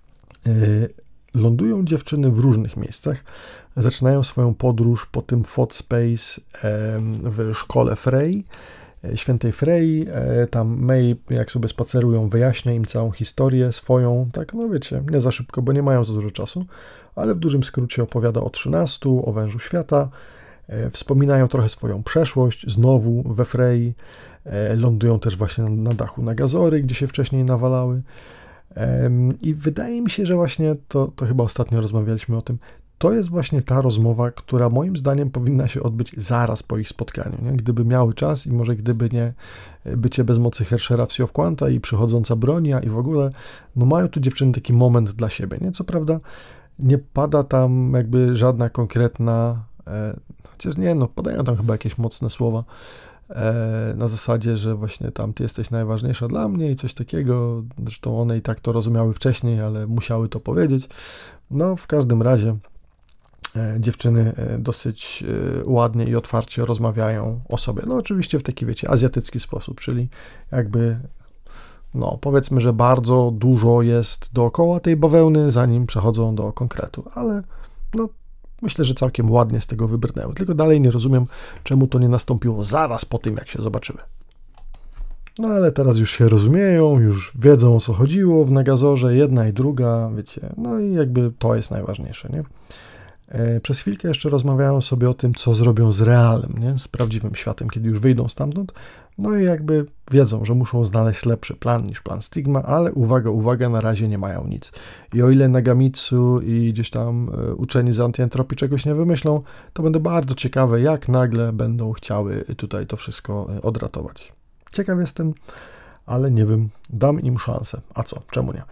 Lądują dziewczyny w różnych miejscach, zaczynają swoją podróż po tym Fot Space w szkole Frey, świętej Frey, tam May, jak sobie spacerują, wyjaśnia im całą historię swoją, tak, no wiecie, nie za szybko, bo nie mają za dużo czasu, ale w dużym skrócie opowiada o 13, o wężu świata, wspominają trochę swoją przeszłość, znowu we Frey, lądują też właśnie na dachu Nagazory, gdzie się wcześniej nawalały i wydaje mi się, że właśnie to chyba ostatnio rozmawialiśmy o tym, to jest właśnie ta rozmowa, która moim zdaniem powinna się odbyć zaraz po ich spotkaniu, nie? Gdyby miały czas i może gdyby nie bycie bez mocy Herschera w Sea of Quanta i przychodząca bronia i w ogóle, no mają tu dziewczyny taki moment dla siebie, nie? Co prawda nie pada tam jakby żadna konkretna, chociaż nie, no podają tam chyba jakieś mocne słowa, na zasadzie, że właśnie tam ty jesteś najważniejsza dla mnie i coś takiego, zresztą one i tak to rozumiały wcześniej, ale musiały to powiedzieć. No w każdym razie dziewczyny dosyć ładnie i otwarcie rozmawiają o sobie. No oczywiście w taki, wiecie, azjatycki sposób, czyli jakby, no powiedzmy, że bardzo dużo jest dookoła tej bawełny, zanim przechodzą do konkretu, ale no myślę, że całkiem ładnie z tego wybrnęły. Tylko dalej nie rozumiem, czemu to nie nastąpiło zaraz po tym, jak się zobaczyły. No ale teraz już się rozumieją, już wiedzą, o co chodziło w Nagazorze, jedna i druga, wiecie, no i jakby to jest najważniejsze, nie? Przez chwilkę jeszcze rozmawiają sobie o tym, co zrobią z realem, nie? Z prawdziwym światem, kiedy już wyjdą stamtąd, no i jakby wiedzą, że muszą znaleźć lepszy plan niż plan Stigma, ale uwaga, na razie nie mają nic. I o ile Nagamitsu i gdzieś tam uczeni z antyentropii czegoś nie wymyślą, to będę bardzo ciekawy, jak nagle będą chciały tutaj to wszystko odratować. Ciekaw jestem, ale nie wiem, dam im szansę. A co? Czemu nie?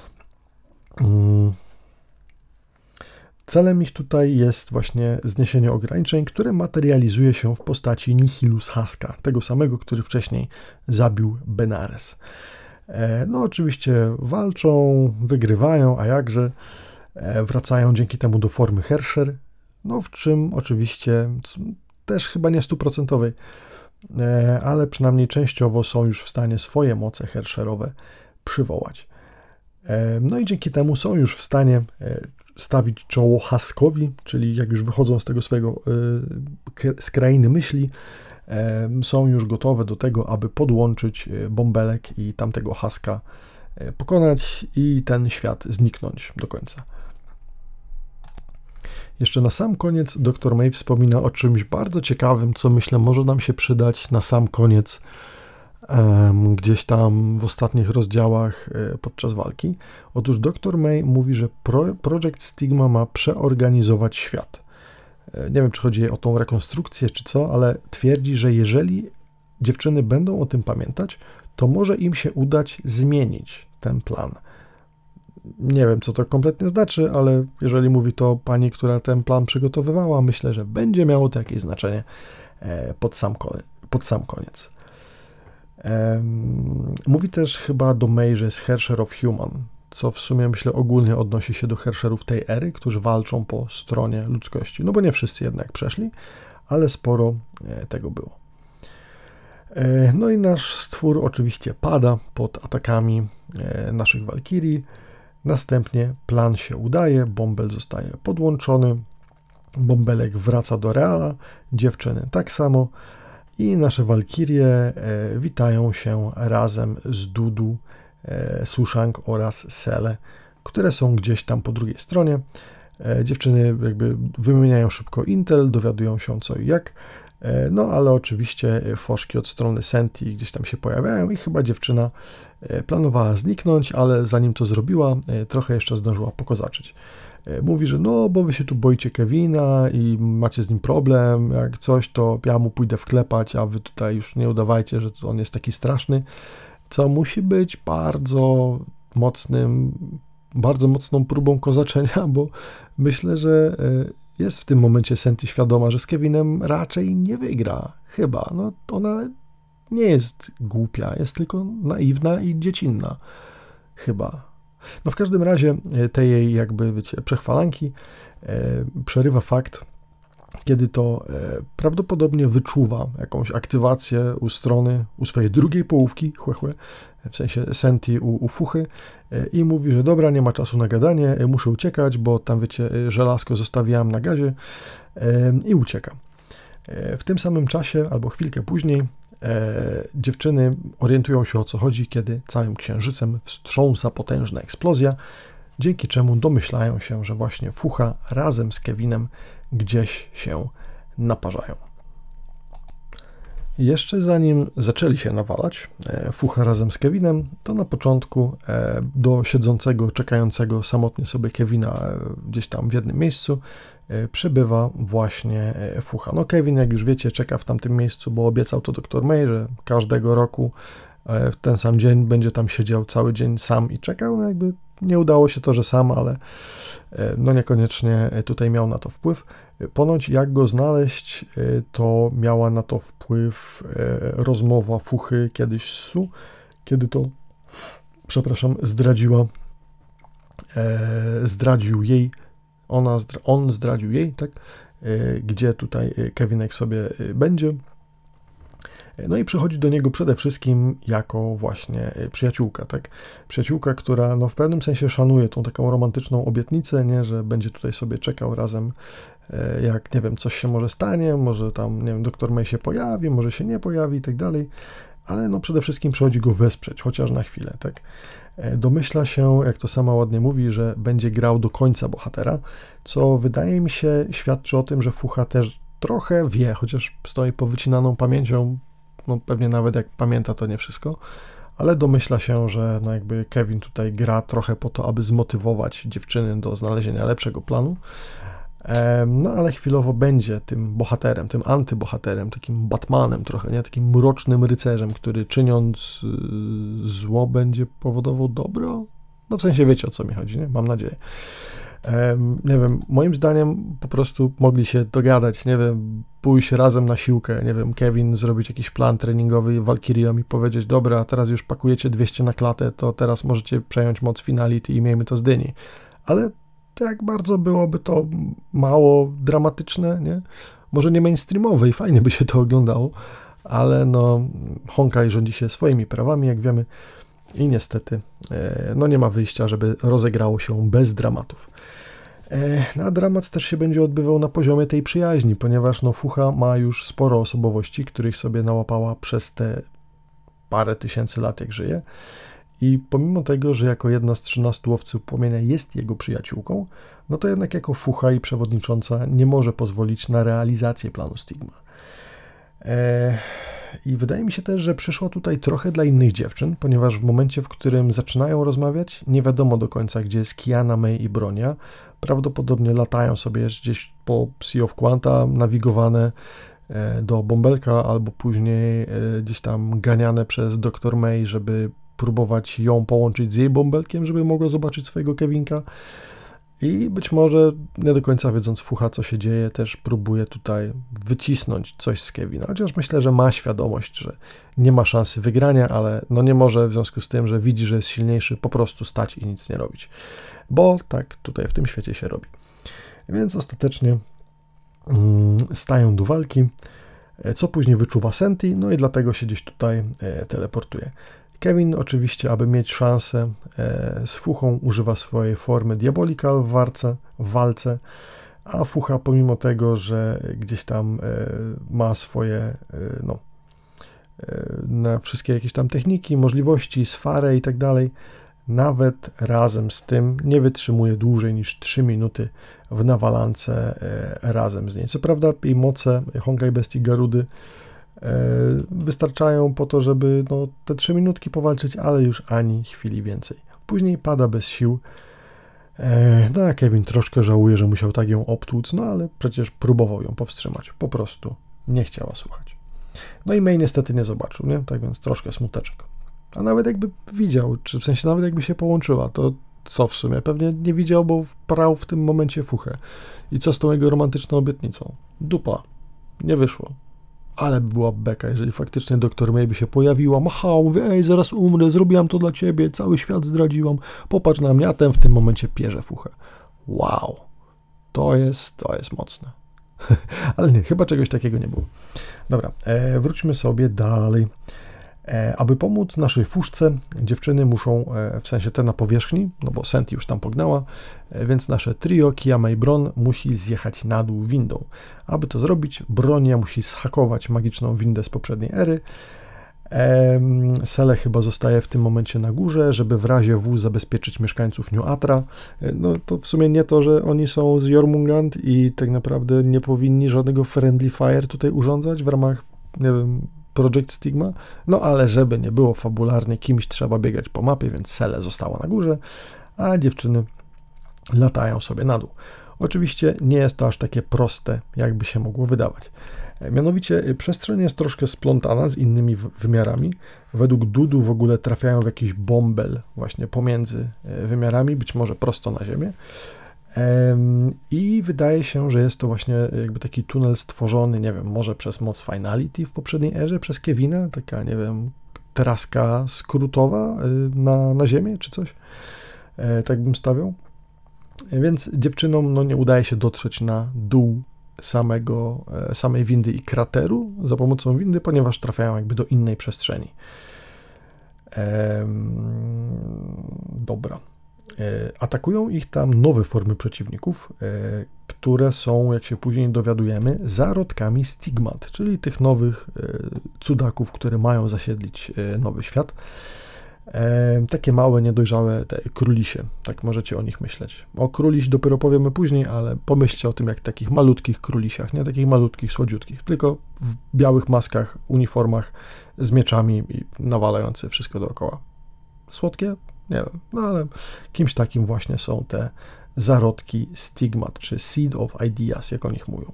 Celem ich tutaj jest właśnie zniesienie ograniczeń, które materializuje się w postaci Nihilus Haska, tego samego, który wcześniej zabił Benares. No oczywiście walczą, wygrywają, a jakże wracają dzięki temu do formy Hersher, no w czym oczywiście też chyba nie 100%, ale przynajmniej częściowo są już w stanie swoje moce Herscherowe przywołać. No i dzięki temu są już w stanie stawić czoło Haskowi, czyli jak już wychodzą z tego swojego z krainy myśli, są już gotowe do tego, aby podłączyć bąbelek i tamtego Haska pokonać i ten świat zniknąć do końca. Jeszcze na sam koniec dr May wspomina o czymś bardzo ciekawym, co myślę może nam się przydać na sam koniec gdzieś tam w ostatnich rozdziałach podczas walki. Otóż dr May mówi, że Project Stigma ma przeorganizować świat. Nie wiem, czy chodzi o tą rekonstrukcję, czy co, ale twierdzi, że jeżeli dziewczyny będą o tym pamiętać, to może im się udać zmienić ten plan. Nie wiem, co to kompletnie znaczy, ale jeżeli mówi to pani, która ten plan przygotowywała, myślę, że będzie miało to jakieś znaczenie pod sam koniec. Mówi też chyba do May, że jest Hersher of Human, co w sumie myślę ogólnie odnosi się do Hersherów tej ery, którzy walczą po stronie ludzkości. No bo nie wszyscy jednak przeszli, ale sporo tego było. No i nasz stwór oczywiście pada pod atakami naszych walkirii. Następnie plan się udaje, bąbel zostaje podłączony, bąbelek wraca do Reala, dziewczyny tak samo i nasze walkirie witają się razem z Dudu, Sushang oraz Sele, które są gdzieś tam po drugiej stronie. Dziewczyny jakby wymieniają szybko intel, dowiadują się co i jak, no ale oczywiście foszki od strony Senti gdzieś tam się pojawiają i chyba dziewczyna planowała zniknąć, ale zanim to zrobiła, trochę jeszcze zdążyła pokozaczyć. Mówi, że no, bo wy się tu boicie Kevina i macie z nim problem, jak coś, to ja mu pójdę wklepać, a wy tutaj już nie udawajcie, że on jest taki straszny, co musi być bardzo mocnym bardzo mocną próbą kozaczenia, bo myślę, że jest w tym momencie Senti świadoma, że z Kevinem raczej nie wygra. Chyba. No, ona nie jest głupia, jest tylko naiwna i dziecinna. Chyba. No w każdym razie te jej jakby, wiecie, przechwalanki przerywa fakt, kiedy to prawdopodobnie wyczuwa jakąś aktywację u strony, u swojej drugiej połówki, w sensie Senti u Fuchy i mówi, że dobra, nie ma czasu na gadanie, muszę uciekać, bo tam, wiecie, żelazko zostawiłam na gazie i ucieka. W tym samym czasie, albo chwilkę później, dziewczyny orientują się, o co chodzi, kiedy całym księżycem wstrząsa potężna eksplozja, dzięki czemu domyślają się, że właśnie Fucha razem z Kevinem gdzieś się naparzają. Jeszcze zanim zaczęli się nawalać, Fucha razem z Kevinem, to na początku do siedzącego, czekającego samotnie sobie Kevina gdzieś tam w jednym miejscu przybywa właśnie Fucha. No Kevin, jak już wiecie, czeka w tamtym miejscu, bo obiecał to dr May, że każdego roku w ten sam dzień będzie tam siedział cały dzień sam i czekał. No jakby nie udało się to, że sam, ale no niekoniecznie tutaj miał na to wpływ. Ponoć jak go znaleźć, to miała na to wpływ rozmowa Fuchy kiedyś z Su, kiedy to, zdradził jej, on zdradził jej, tak, gdzie tutaj Kevinek sobie będzie. No i przychodzi do niego przede wszystkim jako właśnie przyjaciółka, tak? Przyjaciółka, która no w pewnym sensie szanuje tą taką romantyczną obietnicę, nie, że będzie tutaj sobie czekał razem, jak, nie wiem, coś się może stanie, może tam, nie wiem, dr May się pojawi, może się nie pojawi i tak dalej, ale no przede wszystkim przychodzi go wesprzeć, chociaż na chwilę, tak? Domyśla się, jak to sama ładnie mówi, że będzie grał do końca bohatera, co wydaje mi się świadczy o tym, że Fucha też trochę wie, chociaż stoi powycinaną pamięcią, no pewnie nawet jak pamięta, to nie wszystko, ale domyśla się, że no jakby Kevin tutaj gra trochę po to, aby zmotywować dziewczyny do znalezienia lepszego planu, no ale chwilowo będzie tym bohaterem, tym antybohaterem, takim Batmanem trochę, nie? Takim mrocznym rycerzem, który czyniąc zło będzie powodował dobro, no w sensie wiecie, o co mi chodzi, nie? Mam nadzieję. Nie wiem, moim zdaniem po prostu mogli się dogadać, nie wiem, pójść razem na siłkę, nie wiem, Kevin zrobić jakiś plan treningowy Valkyriom i powiedzieć, dobra, teraz już pakujecie 200 na klatę, to teraz możecie przejąć moc Finality i miejmy to z dyni. Ale tak bardzo byłoby to mało dramatyczne, nie? Może nie mainstreamowe i fajnie by się to oglądało, ale no Honkai rządzi się swoimi prawami, jak wiemy, i niestety no nie ma wyjścia, żeby rozegrało się bez dramatów. A dramat też się będzie odbywał na poziomie tej przyjaźni, ponieważ no Fucha ma już sporo osobowości, których sobie nałapała przez te parę tysięcy lat, jak żyje. I pomimo tego, że jako jedna z 13 łowców płomienia jest jego przyjaciółką, no to jednak jako Fucha i przewodnicząca nie może pozwolić na realizację planu Stigma. I wydaje mi się też, że przyszło tutaj trochę dla innych dziewczyn, ponieważ w momencie, w którym zaczynają rozmawiać, nie wiadomo do końca, gdzie jest Kiana, May i Bronia. Prawdopodobnie latają sobie gdzieś po Sea of Quanta, nawigowane do bąbelka, albo później gdzieś tam ganiane przez dr May, żeby próbować ją połączyć z jej bąbelkiem, żeby mogła zobaczyć swojego Kevinka. I być może, nie do końca wiedząc Fucha, co się dzieje, też próbuje tutaj wycisnąć coś z Kevina. Chociaż myślę, że ma świadomość, że nie ma szansy wygrania, ale no nie może w związku z tym, że widzi, że jest silniejszy, po prostu stać i nic nie robić. Bo tak tutaj w tym świecie się robi. Więc ostatecznie stają do walki, co później wyczuwa Senti, no i dlatego się gdzieś tutaj teleportuje. Kevin oczywiście, aby mieć szansę z Fuchą, używa swojej formy Diabolical w walce, a Fucha pomimo tego, że gdzieś tam ma swoje na wszystkie jakieś tam techniki, możliwości, sfarę i tak dalej, nawet razem z tym nie wytrzymuje dłużej niż 3 minuty w nawalance razem z niej. Co prawda jej moce Honkai Bestii Garudy wystarczają po to, żeby no, te 3 minutki powalczyć, ale już ani chwili więcej. Później pada bez sił. No a Kevin troszkę żałuje, że musiał tak ją obtłuc, no ale przecież próbował ją powstrzymać. Po prostu nie chciała słuchać. No i May niestety nie zobaczył, nie? Tak więc troszkę smuteczek. A nawet jakby widział, czy w sensie nawet jakby się połączyła, to co w sumie? Pewnie nie widział, bo prał w tym momencie fuchę. I co z tą jego romantyczną obietnicą? Dupa. Nie wyszło. Ale by była beka, jeżeli faktycznie doktor May by się pojawiła, machała, mówi, ej, zaraz umrę, zrobiłam to dla ciebie, cały świat zdradziłam, popatrz na mnie, a ten w tym momencie pierze fuchę. Wow. To jest mocne. Ale nie, chyba czegoś takiego nie było. Dobra, wróćmy sobie dalej. Aby pomóc naszej fuszce, dziewczyny muszą, w sensie te na powierzchni, no bo Senti już tam pognała, więc nasze trio, Kia, May, Bron musi zjechać na dół windą. Aby to zrobić, Bronia musi zhakować magiczną windę z poprzedniej ery. Sele chyba zostaje w tym momencie na górze, żeby w razie W zabezpieczyć mieszkańców New Atra. No to w sumie nie to, że oni są z Jormungand i tak naprawdę nie powinni żadnego friendly fire tutaj urządzać w ramach, nie wiem, Project Stigma, no ale żeby nie było fabularnie, kimś trzeba biegać po mapie, więc Sele została na górze, a dziewczyny latają sobie na dół. Oczywiście nie jest to aż takie proste, jakby się mogło wydawać. Mianowicie przestrzeń jest troszkę splątana z innymi wymiarami. Według Dudu w ogóle trafiają w jakiś bąbel właśnie pomiędzy wymiarami, być może prosto na ziemię. I wydaje się, że jest to właśnie jakby taki tunel stworzony, nie wiem, może przez moc Finality w poprzedniej erze, przez Kevina, taka, nie wiem, teraska skrótowa na ziemię czy coś. Tak bym stawiał. Więc dziewczynom nie udaje się dotrzeć na dół samej windy i krateru za pomocą windy, ponieważ trafiają jakby do innej przestrzeni. Dobra. Atakują ich tam nowe formy przeciwników, które są, jak się później dowiadujemy, zarodkami Stigmat, czyli tych nowych cudaków, które mają zasiedlić nowy świat. Takie małe, niedojrzałe te królisie, tak możecie o nich myśleć. O króliś dopiero powiemy później, ale pomyślcie o tym jak takich malutkich królisiach, nie takich malutkich, słodziutkich, tylko w białych maskach, uniformach, z mieczami i nawalające wszystko dookoła. Słodkie? Nie wiem, no ale kimś takim właśnie są te zarodki Stigmat, czy Seed of Ideas, jak o nich mówią.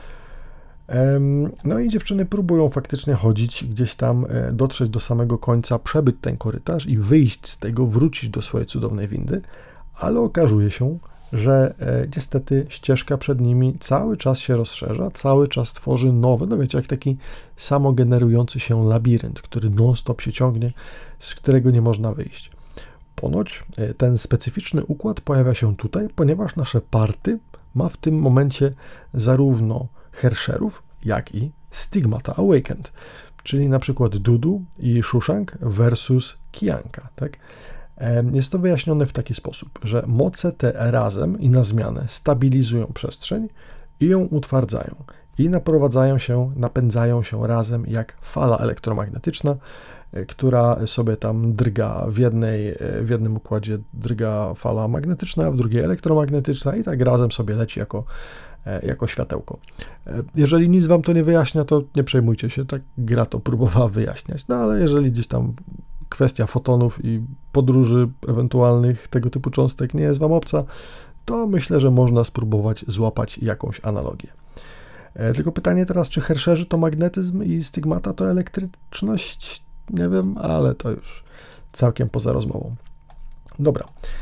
No i dziewczyny próbują faktycznie chodzić gdzieś tam, dotrzeć do samego końca, przebyć ten korytarz i wyjść z tego, wrócić do swojej cudownej windy, ale okazuje się, że niestety ścieżka przed nimi cały czas się rozszerza, cały czas tworzy nowe, no wiecie, jak taki samogenerujący się labirynt, który non-stop się ciągnie, z którego nie można wyjść. Ponoć ten specyficzny układ pojawia się tutaj, ponieważ nasze party ma w tym momencie zarówno Hersherów, jak i Stigmata Awakened, czyli na przykład Dudu i Shushang versus Kianka, tak? Jest to wyjaśnione w taki sposób, że moce te razem i na zmianę stabilizują przestrzeń i ją utwardzają i napędzają się razem jak fala elektromagnetyczna, która sobie tam drga w jednym układzie drga fala magnetyczna, a w drugiej elektromagnetyczna i tak razem sobie leci jako światełko. Jeżeli nic wam to nie wyjaśnia, to nie przejmujcie się, tak gra to próbowała wyjaśniać, no ale jeżeli gdzieś tam kwestia fotonów i podróży ewentualnych tego typu cząstek nie jest wam obca, to myślę, że można spróbować złapać jakąś analogię. Tylko pytanie teraz, czy Herscherzy to magnetyzm i Stigmata to elektryczność? Nie wiem, ale to już całkiem poza rozmową. Dobra.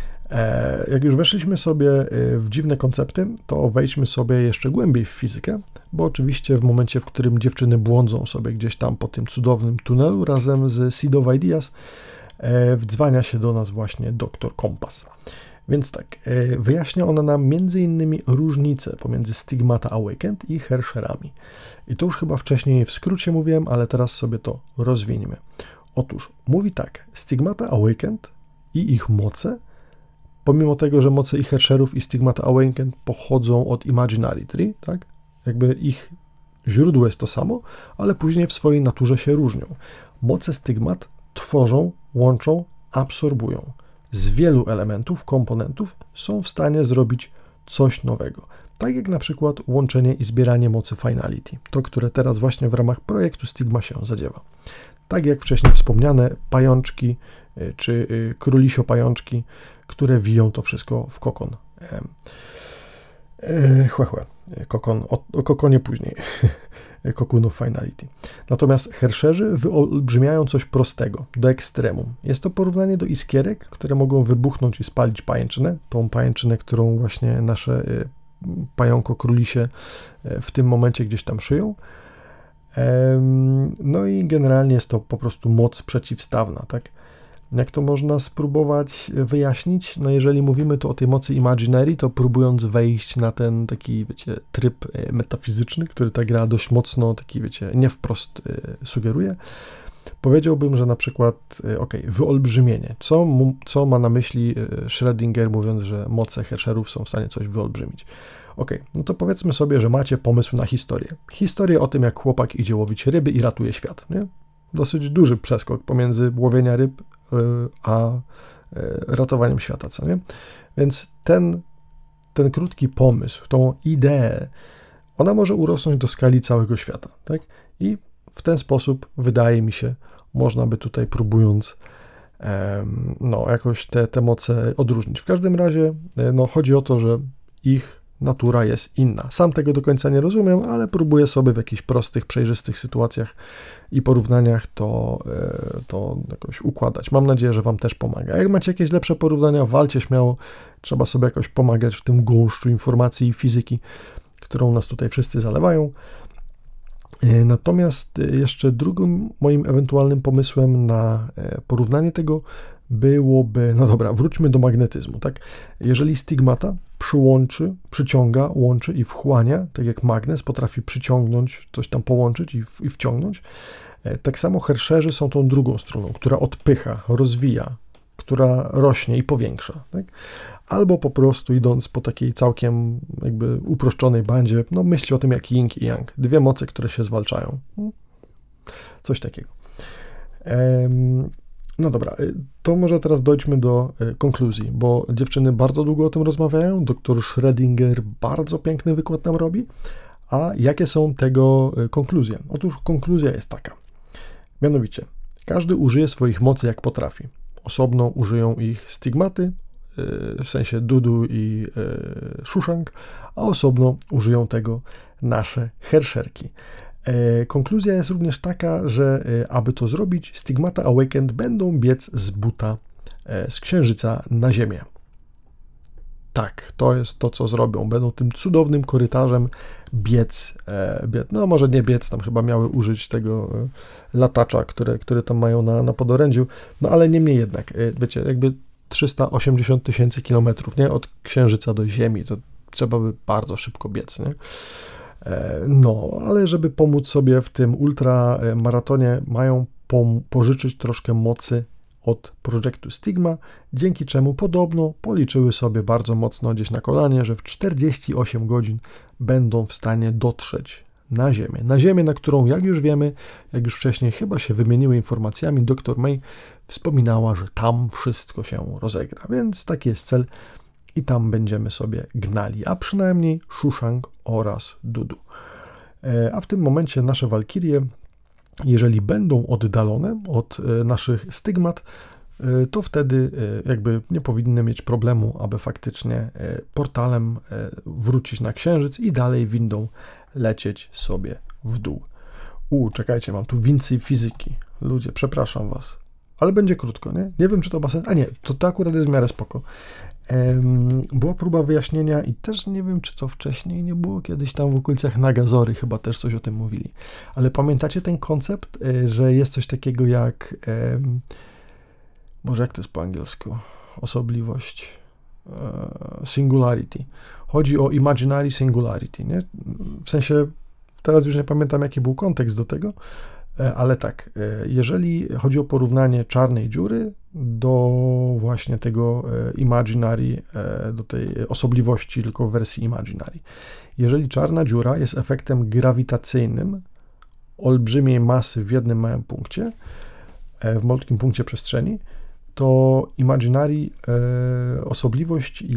Jak już weszliśmy sobie w dziwne koncepty, to wejdźmy sobie jeszcze głębiej w fizykę, bo oczywiście w momencie, w którym dziewczyny błądzą sobie gdzieś tam po tym cudownym tunelu razem z Seed of Ideas, wdzwania się do nas właśnie Dr. Kompas. Więc tak, wyjaśnia ona nam m.in. różnice pomiędzy Stigmata Awakened i Hersherami. I to już chyba wcześniej w skrócie mówiłem, ale teraz sobie to rozwiniemy. Otóż mówi tak, Stigmata Awakened i ich moce, pomimo tego, że moce i Hersherów i Stigmata Awakened pochodzą od Imaginary Tree, tak? Jakby ich źródło jest to samo, ale później w swojej naturze się różnią. Moce Stigmat tworzą, łączą, absorbują. Z wielu elementów, komponentów są w stanie zrobić coś nowego. Tak jak na przykład łączenie i zbieranie mocy Finality, to które teraz właśnie w ramach projektu Stigma się zadziewa. Tak jak wcześniej wspomniane pajączki, czy królisio-pajączki, które wiją to wszystko w kokon. Kokon, o kokonie później. Cocoon of Finality. Natomiast Herscherzy wyolbrzymiają coś prostego, do ekstremum. Jest to porównanie do iskierek, które mogą wybuchnąć i spalić pajęczynę, tą pajęczynę, którą właśnie nasze pająko królisie w tym momencie gdzieś tam szyją. No i generalnie jest to po prostu moc przeciwstawna, tak? Jak to można spróbować wyjaśnić? No jeżeli mówimy tu o tej mocy Imaginary, to próbując wejść na ten taki, wiecie, tryb metafizyczny, który ta gra dość mocno, taki, wiecie, nie wprost sugeruje, powiedziałbym, że na przykład, wyolbrzymienie. Co ma na myśli Schrödinger, mówiąc, że moce Herszerów są w stanie coś wyolbrzymić? No to powiedzmy sobie, że macie pomysł na historię. Historię o tym, jak chłopak idzie łowić ryby i ratuje świat, nie? Dosyć duży przeskok pomiędzy łowienia ryb a ratowaniem świata, co nie? Więc ten krótki pomysł, tą ideę, ona może urosnąć do skali całego świata, tak? I w ten sposób, wydaje mi się, można by tutaj próbując jakoś te moce odróżnić. W każdym razie, chodzi o to, że ich natura jest inna. Sam tego do końca nie rozumiem, ale próbuję sobie w jakichś prostych, przejrzystych sytuacjach i porównaniach to jakoś układać. Mam nadzieję, że Wam też pomaga. Jak macie jakieś lepsze porównania, walcie śmiało. Trzeba sobie jakoś pomagać w tym gąszczu informacji i fizyki, którą nas tutaj wszyscy zalewają. Natomiast jeszcze drugim moim ewentualnym pomysłem na porównanie tego byłoby, wróćmy do magnetyzmu, tak? Jeżeli stygmata przyciąga, łączy i wchłania, tak jak magnes potrafi przyciągnąć, coś tam połączyć i wciągnąć, tak samo Herscherzy są tą drugą stroną, która odpycha, rozwija, która rośnie i powiększa, tak? Albo po prostu idąc po takiej całkiem jakby uproszczonej bandzie, myślcie o tym jak yin i yang, dwie moce, które się zwalczają. Coś takiego. To może teraz dojdźmy do konkluzji, bo dziewczyny bardzo długo o tym rozmawiają, dr Schrödinger bardzo piękny wykład nam robi, a jakie są tego konkluzje? Otóż konkluzja jest taka, mianowicie, każdy użyje swoich mocy jak potrafi. Osobno użyją ich stygmaty, w sensie Dudu i Shushang, a osobno użyją tego nasze Herszerki. Konkluzja jest również taka, że aby to zrobić, stygmata Awakened będą biec z buta z Księżyca na Ziemię. Tak, to jest to, co zrobią. Będą tym cudownym korytarzem biec. Może nie biec, tam chyba miały użyć tego latacza, które tam mają na podorędziu, ale niemniej jednak, wiecie, jakby 380 000 kilometrów, nie? Od Księżyca do Ziemi, to trzeba by bardzo szybko biec, nie? Ale żeby pomóc sobie w tym ultramaratonie, mają pożyczyć troszkę mocy od projektu Stigma, dzięki czemu podobno policzyły sobie bardzo mocno gdzieś na kolanie, że w 48 godzin będą w stanie dotrzeć na Ziemię. Na Ziemię, na którą, jak już wiemy, jak już wcześniej chyba się wymieniły informacjami, dr May wspominała, że tam wszystko się rozegra, więc taki jest cel i tam będziemy sobie gnali, a przynajmniej Shushang oraz Dudu. A w tym momencie nasze walkirie, jeżeli będą oddalone od naszych stygmat, to wtedy jakby nie powinny mieć problemu, aby faktycznie portalem wrócić na Księżyc i dalej windą lecieć sobie w dół. Czekajcie, mam tu więcej fizyki. Ludzie, przepraszam was. Ale będzie krótko, nie? Nie wiem, czy to ma sens. A nie, to akurat jest w miarę spoko. Była próba wyjaśnienia i też nie wiem, czy to wcześniej nie było, kiedyś tam w okolicach Nagazory chyba też coś o tym mówili. Ale pamiętacie ten koncept, że jest coś takiego jak Boże, jak to jest po angielsku? Osobliwość. Singularity. Chodzi o imaginary singularity, nie? W sensie, teraz już nie pamiętam, jaki był kontekst do tego, ale tak, jeżeli chodzi o porównanie czarnej dziury do właśnie tego imaginary, do tej osobliwości tylko w wersji imaginary. Jeżeli czarna dziura jest efektem grawitacyjnym olbrzymiej masy w jednym małym punkcie, w malutkim punkcie przestrzeni, to imaginary osobliwość jest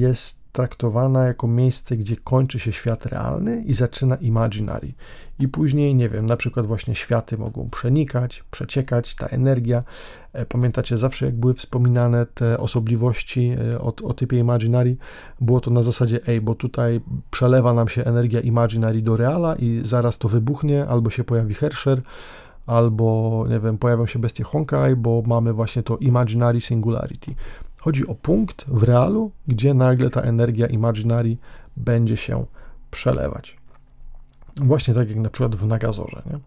traktowana jako miejsce, gdzie kończy się świat realny i zaczyna imaginary. I później, nie wiem, na przykład właśnie światy mogą przenikać, przeciekać, ta energia. Pamiętacie, zawsze jak były wspominane te osobliwości o typie imaginary, było to na zasadzie, bo tutaj przelewa nam się energia imaginary do reala i zaraz to wybuchnie, albo się pojawi Hersher, albo, nie wiem, pojawią się bestie Honkai, bo mamy właśnie to imaginary singularity. Chodzi o punkt w realu, gdzie nagle ta energia imaginary będzie się przelewać. Właśnie tak jak na przykład w Nagazorze, nie?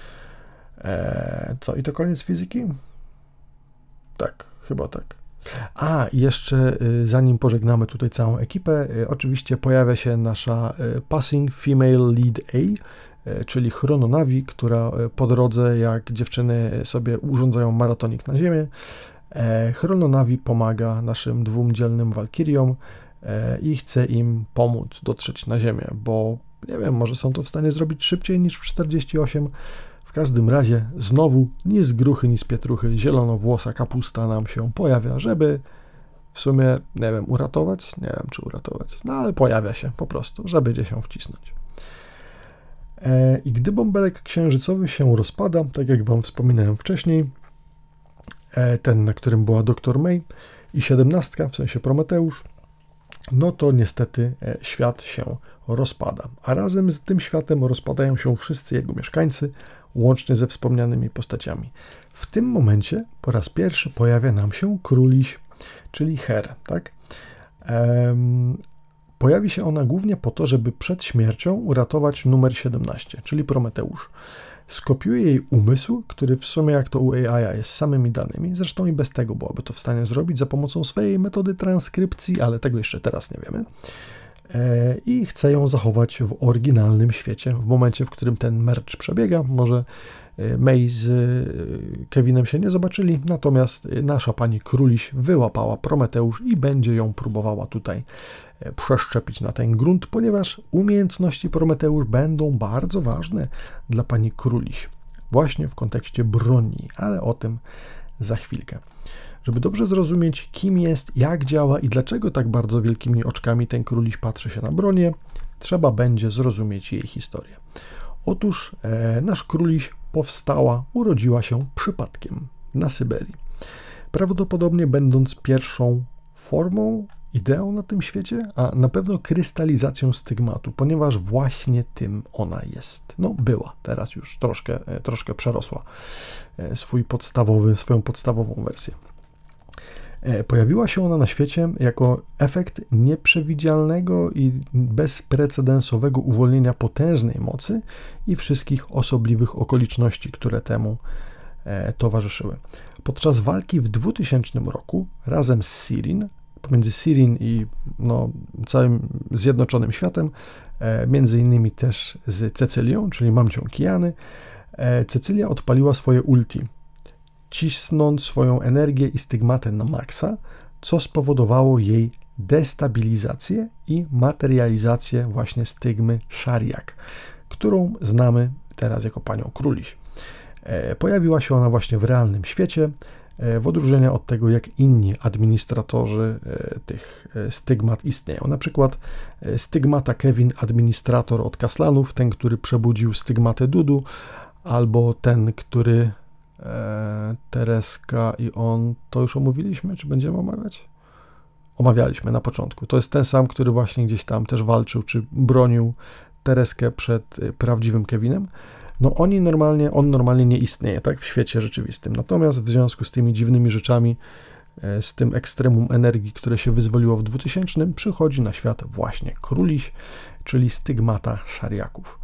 Co? I to koniec fizyki? Tak, chyba tak. I jeszcze zanim pożegnamy tutaj całą ekipę, oczywiście pojawia się nasza Passing Female Lead A, czyli Chrononavi, która po drodze, jak dziewczyny sobie urządzają maratonik na Ziemię, Chrononavi pomaga naszym 2 dzielnym walkiriom i chce im pomóc dotrzeć na Ziemię, bo nie wiem, może są to w stanie zrobić szybciej niż w 48. W każdym razie znowu ni z gruchy, ni z pietruchy zielonowłosa kapusta nam się pojawia, żeby w sumie, nie wiem, uratować? Nie wiem, czy uratować, no ale pojawia się po prostu, żeby gdzieś się wcisnąć. I gdy bąbelek księżycowy się rozpada, tak jak wam wspominałem wcześniej, ten, na którym była Dr. May i 17, w sensie Prometeusz, no to niestety świat się rozpada. A razem z tym światem rozpadają się wszyscy jego mieszkańcy, łącznie ze wspomnianymi postaciami. W tym momencie po raz pierwszy pojawia nam się Króliś, czyli Her, tak? Pojawi się ona głównie po to, żeby przed śmiercią uratować numer 17, czyli Prometeusz. Skopiuje jej umysł, który w sumie jak to u AI jest samymi danymi, zresztą i bez tego byłaby to w stanie zrobić za pomocą swojej metody transkrypcji, ale tego jeszcze teraz nie wiemy. I chce ją zachować w oryginalnym świecie, w momencie, w którym ten merge przebiega. Może May z Kevinem się nie zobaczyli, natomiast nasza pani Króliś wyłapała Prometeusz i będzie ją próbowała tutaj przeszczepić na ten grunt, ponieważ umiejętności Prometeusz będą bardzo ważne dla pani Króliś, właśnie w kontekście broni, ale o tym za chwilkę. Żeby dobrze zrozumieć, kim jest, jak działa i dlaczego tak bardzo wielkimi oczkami ten Króliś patrzy się na bronię, trzeba będzie zrozumieć jej historię. Otóż nasz Króliś urodziła się przypadkiem na Syberii. Prawdopodobnie będąc pierwszą formą, ideą na tym świecie, a na pewno krystalizacją stygmatu, ponieważ właśnie tym ona jest. No była, teraz już troszkę przerosła swoją podstawową wersję. Pojawiła się ona na świecie jako efekt nieprzewidzialnego i bezprecedensowego uwolnienia potężnej mocy i wszystkich osobliwych okoliczności, które temu towarzyszyły. Podczas walki w 2000 roku razem z Sirin, pomiędzy Sirin i całym zjednoczonym światem, między innymi też z Cecylią, czyli mamcią Kiany, Cecylia odpaliła swoje ulti, cisnąc swoją energię i stygmatę na maksa, co spowodowało jej destabilizację i materializację właśnie stygmy Shariak, którą znamy teraz jako panią Króliś. Pojawiła się ona właśnie w realnym świecie, w odróżnieniu od tego, jak inni administratorzy tych stygmat istnieją. Na przykład stygmata Kevin, administrator od Kaslanów, ten, który przebudził stygmatę Dudu, albo ten, który Tereska i on, to już omówiliśmy, czy będziemy omawiać? Omawialiśmy na początku. To jest ten sam, który właśnie gdzieś tam też walczył, czy bronił Tereskę przed prawdziwym Kevinem. No on normalnie nie istnieje, tak, w świecie rzeczywistym. Natomiast w związku z tymi dziwnymi rzeczami, z tym ekstremum energii, które się wyzwoliło w 2000, przychodzi na świat właśnie Króliś, czyli stygmata Shariaków.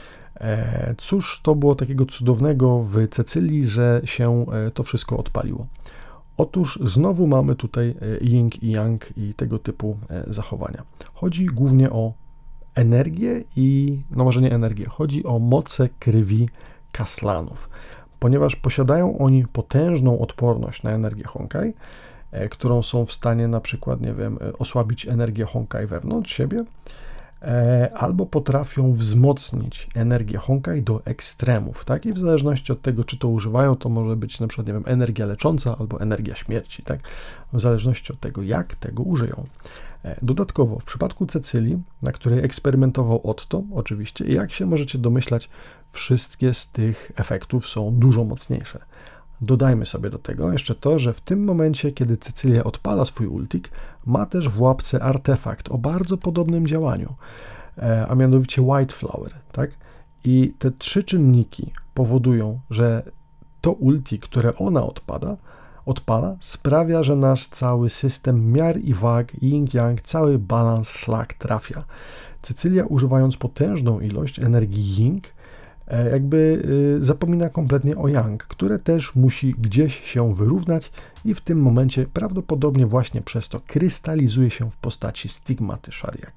Cóż to było takiego cudownego w Cecylii, że się to wszystko odpaliło? Otóż znowu mamy tutaj yin i yang i tego typu zachowania. Chodzi głównie o energię i, może nie energię, chodzi o moce krwi Kaslanów, ponieważ posiadają oni potężną odporność na energię Honkai, którą są w stanie na przykład, nie wiem, osłabić energię Honkai wewnątrz siebie, albo potrafią wzmocnić energię Honkai do ekstremów, tak? I w zależności od tego, czy to używają, to może być na przykład, nie wiem, energia lecząca albo energia śmierci, tak? W zależności od tego, jak tego użyją. Dodatkowo w przypadku Cecylii, na której eksperymentował Otto, oczywiście, jak się możecie domyślać, wszystkie z tych efektów są dużo mocniejsze. Dodajmy sobie do tego jeszcze to, że w tym momencie, kiedy Cecylia odpala swój ultik, ma też w łapce artefakt o bardzo podobnym działaniu, a mianowicie White Flower, tak? I te 3 czynniki powodują, że to ulti, które ona odpala, sprawia, że nasz cały system miar i wag, yin-yang, cały balans, szlak trafia. Cecylia, używając potężną ilość energii Ying, jakby zapomina kompletnie o Yang, które też musi gdzieś się wyrównać i w tym momencie prawdopodobnie właśnie przez to krystalizuje się w postaci stygmaty Shariak.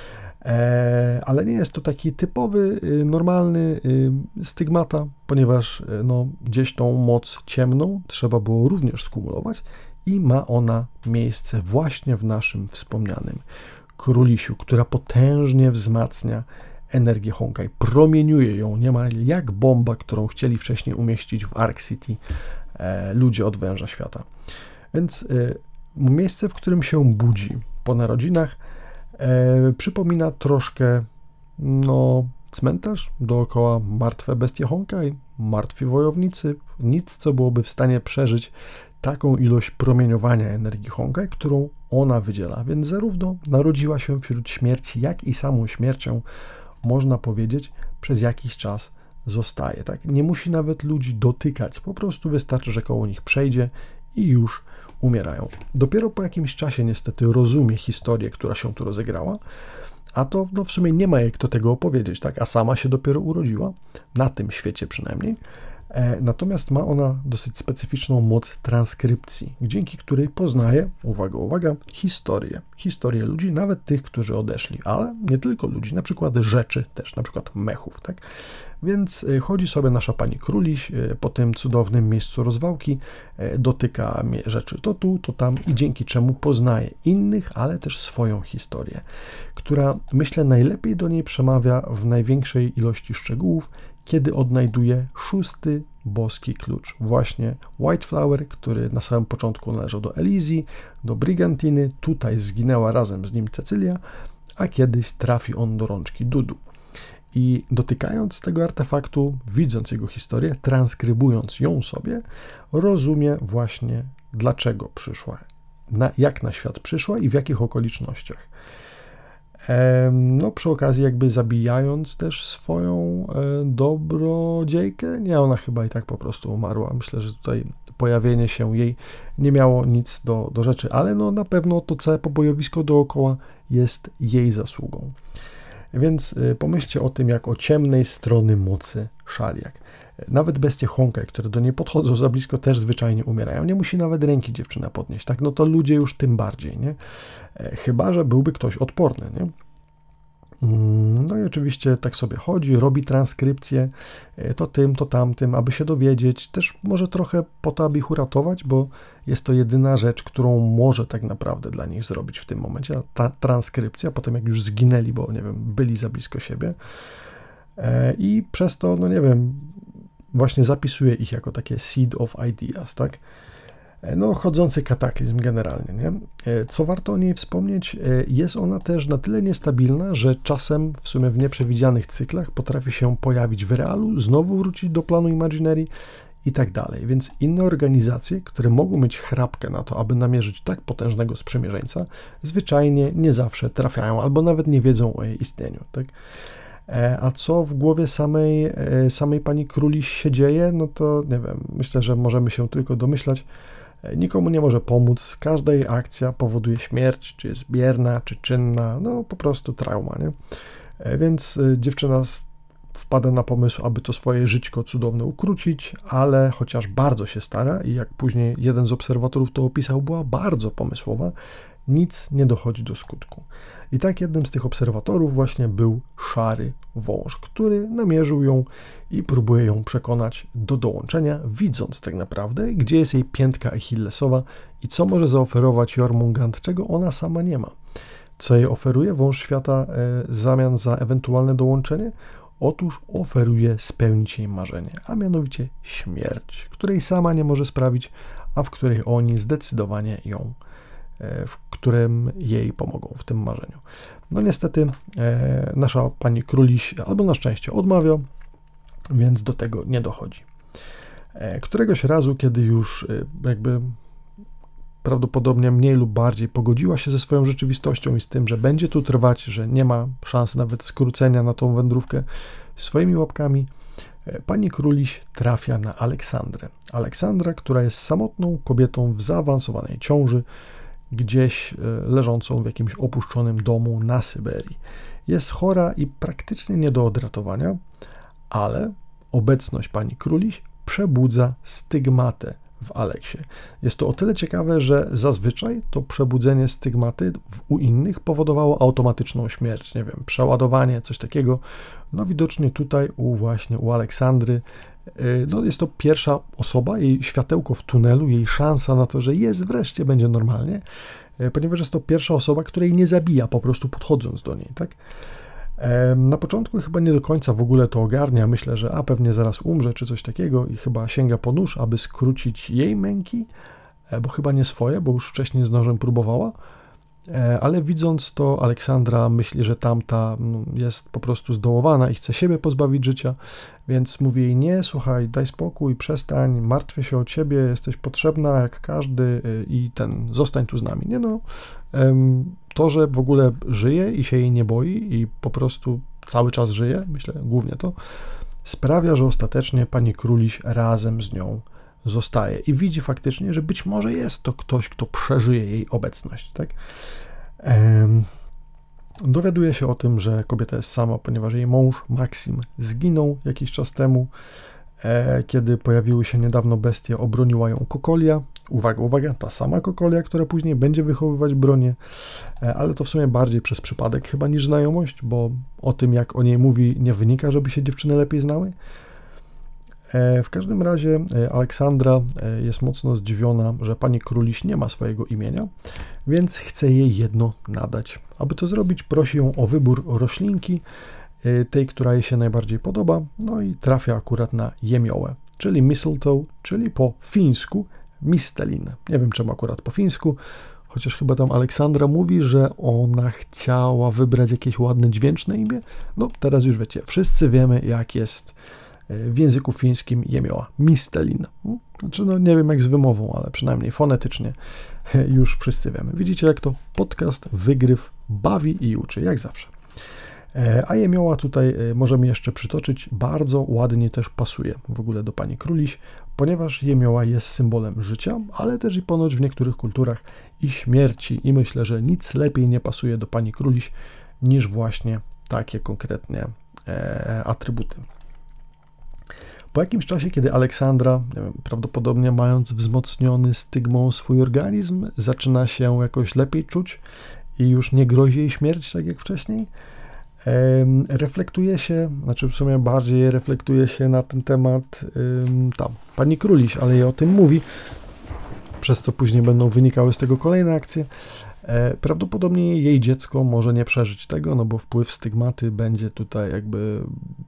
Ale nie jest to taki typowy, normalny stygmata, ponieważ gdzieś tą moc ciemną trzeba było również skumulować i ma ona miejsce właśnie w naszym wspomnianym królisiu, która potężnie wzmacnia energię Honkai, promieniuje ją niemal jak bomba, którą chcieli wcześniej umieścić w Ark City ludzie od Węża Świata. Więc miejsce, w którym się budzi po narodzinach, przypomina troszkę cmentarz, dookoła martwe bestie Honkai, martwi wojownicy, nic, co byłoby w stanie przeżyć taką ilość promieniowania energii Honkai, którą ona wydziela. Więc zarówno narodziła się wśród śmierci, jak i samą śmiercią, można powiedzieć, przez jakiś czas zostaje. Tak? Nie musi nawet ludzi dotykać, po prostu wystarczy, że koło nich przejdzie i już umierają. Dopiero po jakimś czasie niestety rozumie historię, która się tu rozegrała, a to w sumie nie ma jak do tego opowiedzieć, tak? A sama się dopiero urodziła, na tym świecie przynajmniej. Natomiast ma ona dosyć specyficzną moc transkrypcji, dzięki której poznaje, uwaga, historię ludzi, nawet tych, którzy odeszli, ale nie tylko ludzi, na przykład rzeczy też, na przykład mechów, tak? Więc chodzi sobie nasza pani króliś po tym cudownym miejscu rozwałki, dotyka rzeczy to tu, to tam i dzięki czemu poznaje innych, ale też swoją historię, która, myślę, najlepiej do niej przemawia w największej ilości szczegółów, kiedy odnajduje 6. boski klucz, właśnie White Flower, który na samym początku należał do Elizji, do Brigantiny, tutaj zginęła razem z nim Cecylia, a kiedyś trafi on do rączki Dudu. I dotykając tego artefaktu, widząc jego historię, transkrybując ją sobie, rozumie właśnie, dlaczego przyszła, jak na świat przyszła i w jakich okolicznościach. Przy okazji jakby zabijając też swoją dobrodziejkę. Nie, ona chyba i tak po prostu umarła. Myślę, że tutaj pojawienie się jej nie miało nic do rzeczy, ale na pewno to całe pobojowisko dookoła jest jej zasługą. Więc pomyślcie o tym, jak o ciemnej strony mocy Shariak. Nawet bestie Honkai, które do niej podchodzą za blisko, też zwyczajnie umierają. Nie musi nawet ręki dziewczyna podnieść, tak? To ludzie już tym bardziej, nie? Chyba że byłby ktoś odporny, nie? No i oczywiście tak sobie chodzi, robi transkrypcję, to tym, to tamtym, aby się dowiedzieć, też może trochę po to, aby ich uratować, bo jest to jedyna rzecz, którą może tak naprawdę dla nich zrobić w tym momencie, ta transkrypcja, potem jak już zginęli, bo byli za blisko siebie i przez to, właśnie zapisuje ich jako takie seed of ideas, tak? Chodzący kataklizm generalnie, nie? Co warto o niej wspomnieć, jest ona też na tyle niestabilna, że czasem w sumie w nieprzewidzianych cyklach potrafi się pojawić w realu, znowu wrócić do planu Imaginary i tak dalej. Więc inne organizacje, które mogą mieć chrapkę na to, aby namierzyć tak potężnego sprzymierzeńca, zwyczajnie nie zawsze trafiają albo nawet nie wiedzą o jej istnieniu, tak? A co w głowie samej pani króliś się dzieje, to nie wiem, myślę, że możemy się tylko domyślać. Nikomu nie może pomóc, każda jej akcja powoduje śmierć, czy jest bierna, czy czynna, po prostu trauma, nie? Więc dziewczyna wpada na pomysł, aby to swoje żyćko cudowne ukrócić, ale chociaż bardzo się stara i jak później jeden z obserwatorów to opisał, była bardzo pomysłowa, nic nie dochodzi do skutku. I tak jednym z tych obserwatorów właśnie był Szary Wąż, który namierzył ją i próbuje ją przekonać do dołączenia, widząc tak naprawdę, gdzie jest jej piętka achillesowa i co może zaoferować Jormungand, czego ona sama nie ma. Co jej oferuje Wąż Świata w zamian za ewentualne dołączenie? Otóż oferuje spełnić jej marzenie, a mianowicie śmierć, której sama nie może sprawić, a w której oni zdecydowanie ją którym jej pomogą w tym marzeniu. No niestety nasza pani króliś, albo na szczęście, odmawia, więc do tego nie dochodzi. Któregoś razu, kiedy już jakby prawdopodobnie mniej lub bardziej pogodziła się ze swoją rzeczywistością i z tym, że będzie tu trwać, że nie ma szans nawet skrócenia na tą wędrówkę swoimi łapkami, pani króliś trafia na Aleksandrę. Aleksandra, która jest samotną kobietą w zaawansowanej ciąży, gdzieś leżącą w jakimś opuszczonym domu na Syberii. Jest chora i praktycznie nie do odratowania, ale obecność pani króliś przebudza stygmatę w Aleksie. Jest to o tyle ciekawe, że zazwyczaj to przebudzenie stygmaty u innych powodowało automatyczną śmierć, nie wiem, przeładowanie, coś takiego. No widocznie tutaj właśnie u Aleksandry no jest to pierwsza osoba, jej światełko w tunelu, jej szansa na to, że wreszcie będzie normalnie, ponieważ jest to pierwsza osoba, której nie zabija po prostu podchodząc do niej, tak? Na początku chyba nie do końca w ogóle to ogarnia, myślę, że pewnie zaraz umrze czy coś takiego i chyba sięga po nóż, aby skrócić jej męki, bo chyba nie swoje, bo już wcześniej z nożem próbowała, ale widząc to Aleksandra myśli, że tamta jest po prostu zdołowana i chce siebie pozbawić życia, więc mówi jej: nie, słuchaj, daj spokój, przestań, martwię się o ciebie, jesteś potrzebna jak każdy i zostań tu z nami. Nie no, to, że w ogóle żyje i się jej nie boi i po prostu cały czas żyje, myślę głównie to, sprawia, że ostatecznie pani króliś razem z nią zostaje i widzi faktycznie, że być może jest to ktoś, kto przeżyje jej obecność, tak? Dowiaduje się o tym, że kobieta jest sama, ponieważ jej mąż Maksim zginął jakiś czas temu, kiedy pojawiły się niedawno bestie, obroniła ją Kokolia. Uwaga, ta sama Kokolia, która później będzie wychowywać bronię, ale to w sumie bardziej przez przypadek chyba niż znajomość, bo o tym, jak o niej mówi, nie wynika, żeby się dziewczyny lepiej znały. W każdym razie Aleksandra jest mocno zdziwiona, że pani króliś nie ma swojego imienia, więc chce jej jedno nadać. Aby to zrobić, prosi ją o wybór roślinki, tej, która jej się najbardziej podoba, no i trafia akurat na jemiołę, czyli mistletoe, czyli po fińsku mistelin. Nie wiem czemu akurat po fińsku, chociaż chyba tam Aleksandra mówi, że ona chciała wybrać jakieś ładne, dźwięczne imię. No teraz już wiecie, wszyscy wiemy, jak jest w języku fińskim jemioła, mistelin. Znaczy, no nie wiem jak z wymową, ale przynajmniej fonetycznie już wszyscy wiemy. Widzicie, jak to podcast Wygryw bawi i uczy, jak zawsze. A jemioła tutaj możemy jeszcze przytoczyć, bardzo ładnie też pasuje w ogóle do pani króliś, ponieważ jemioła jest symbolem życia, ale też i ponoć w niektórych kulturach i śmierci i myślę, że nic lepiej nie pasuje do pani króliś niż właśnie takie konkretnie atrybuty. Po jakimś czasie, kiedy Aleksandra, prawdopodobnie mając wzmocniony stygmą swój organizm, zaczyna się jakoś lepiej czuć i już nie grozi jej śmierć, tak jak wcześniej, reflektuje się, znaczy w sumie bardziej reflektuje się na ten temat pani króliś, ale jej o tym mówi, przez co później będą wynikały z tego kolejne akcje. Prawdopodobnie jej dziecko może nie przeżyć tego, no bo wpływ stygmaty będzie tutaj jakby,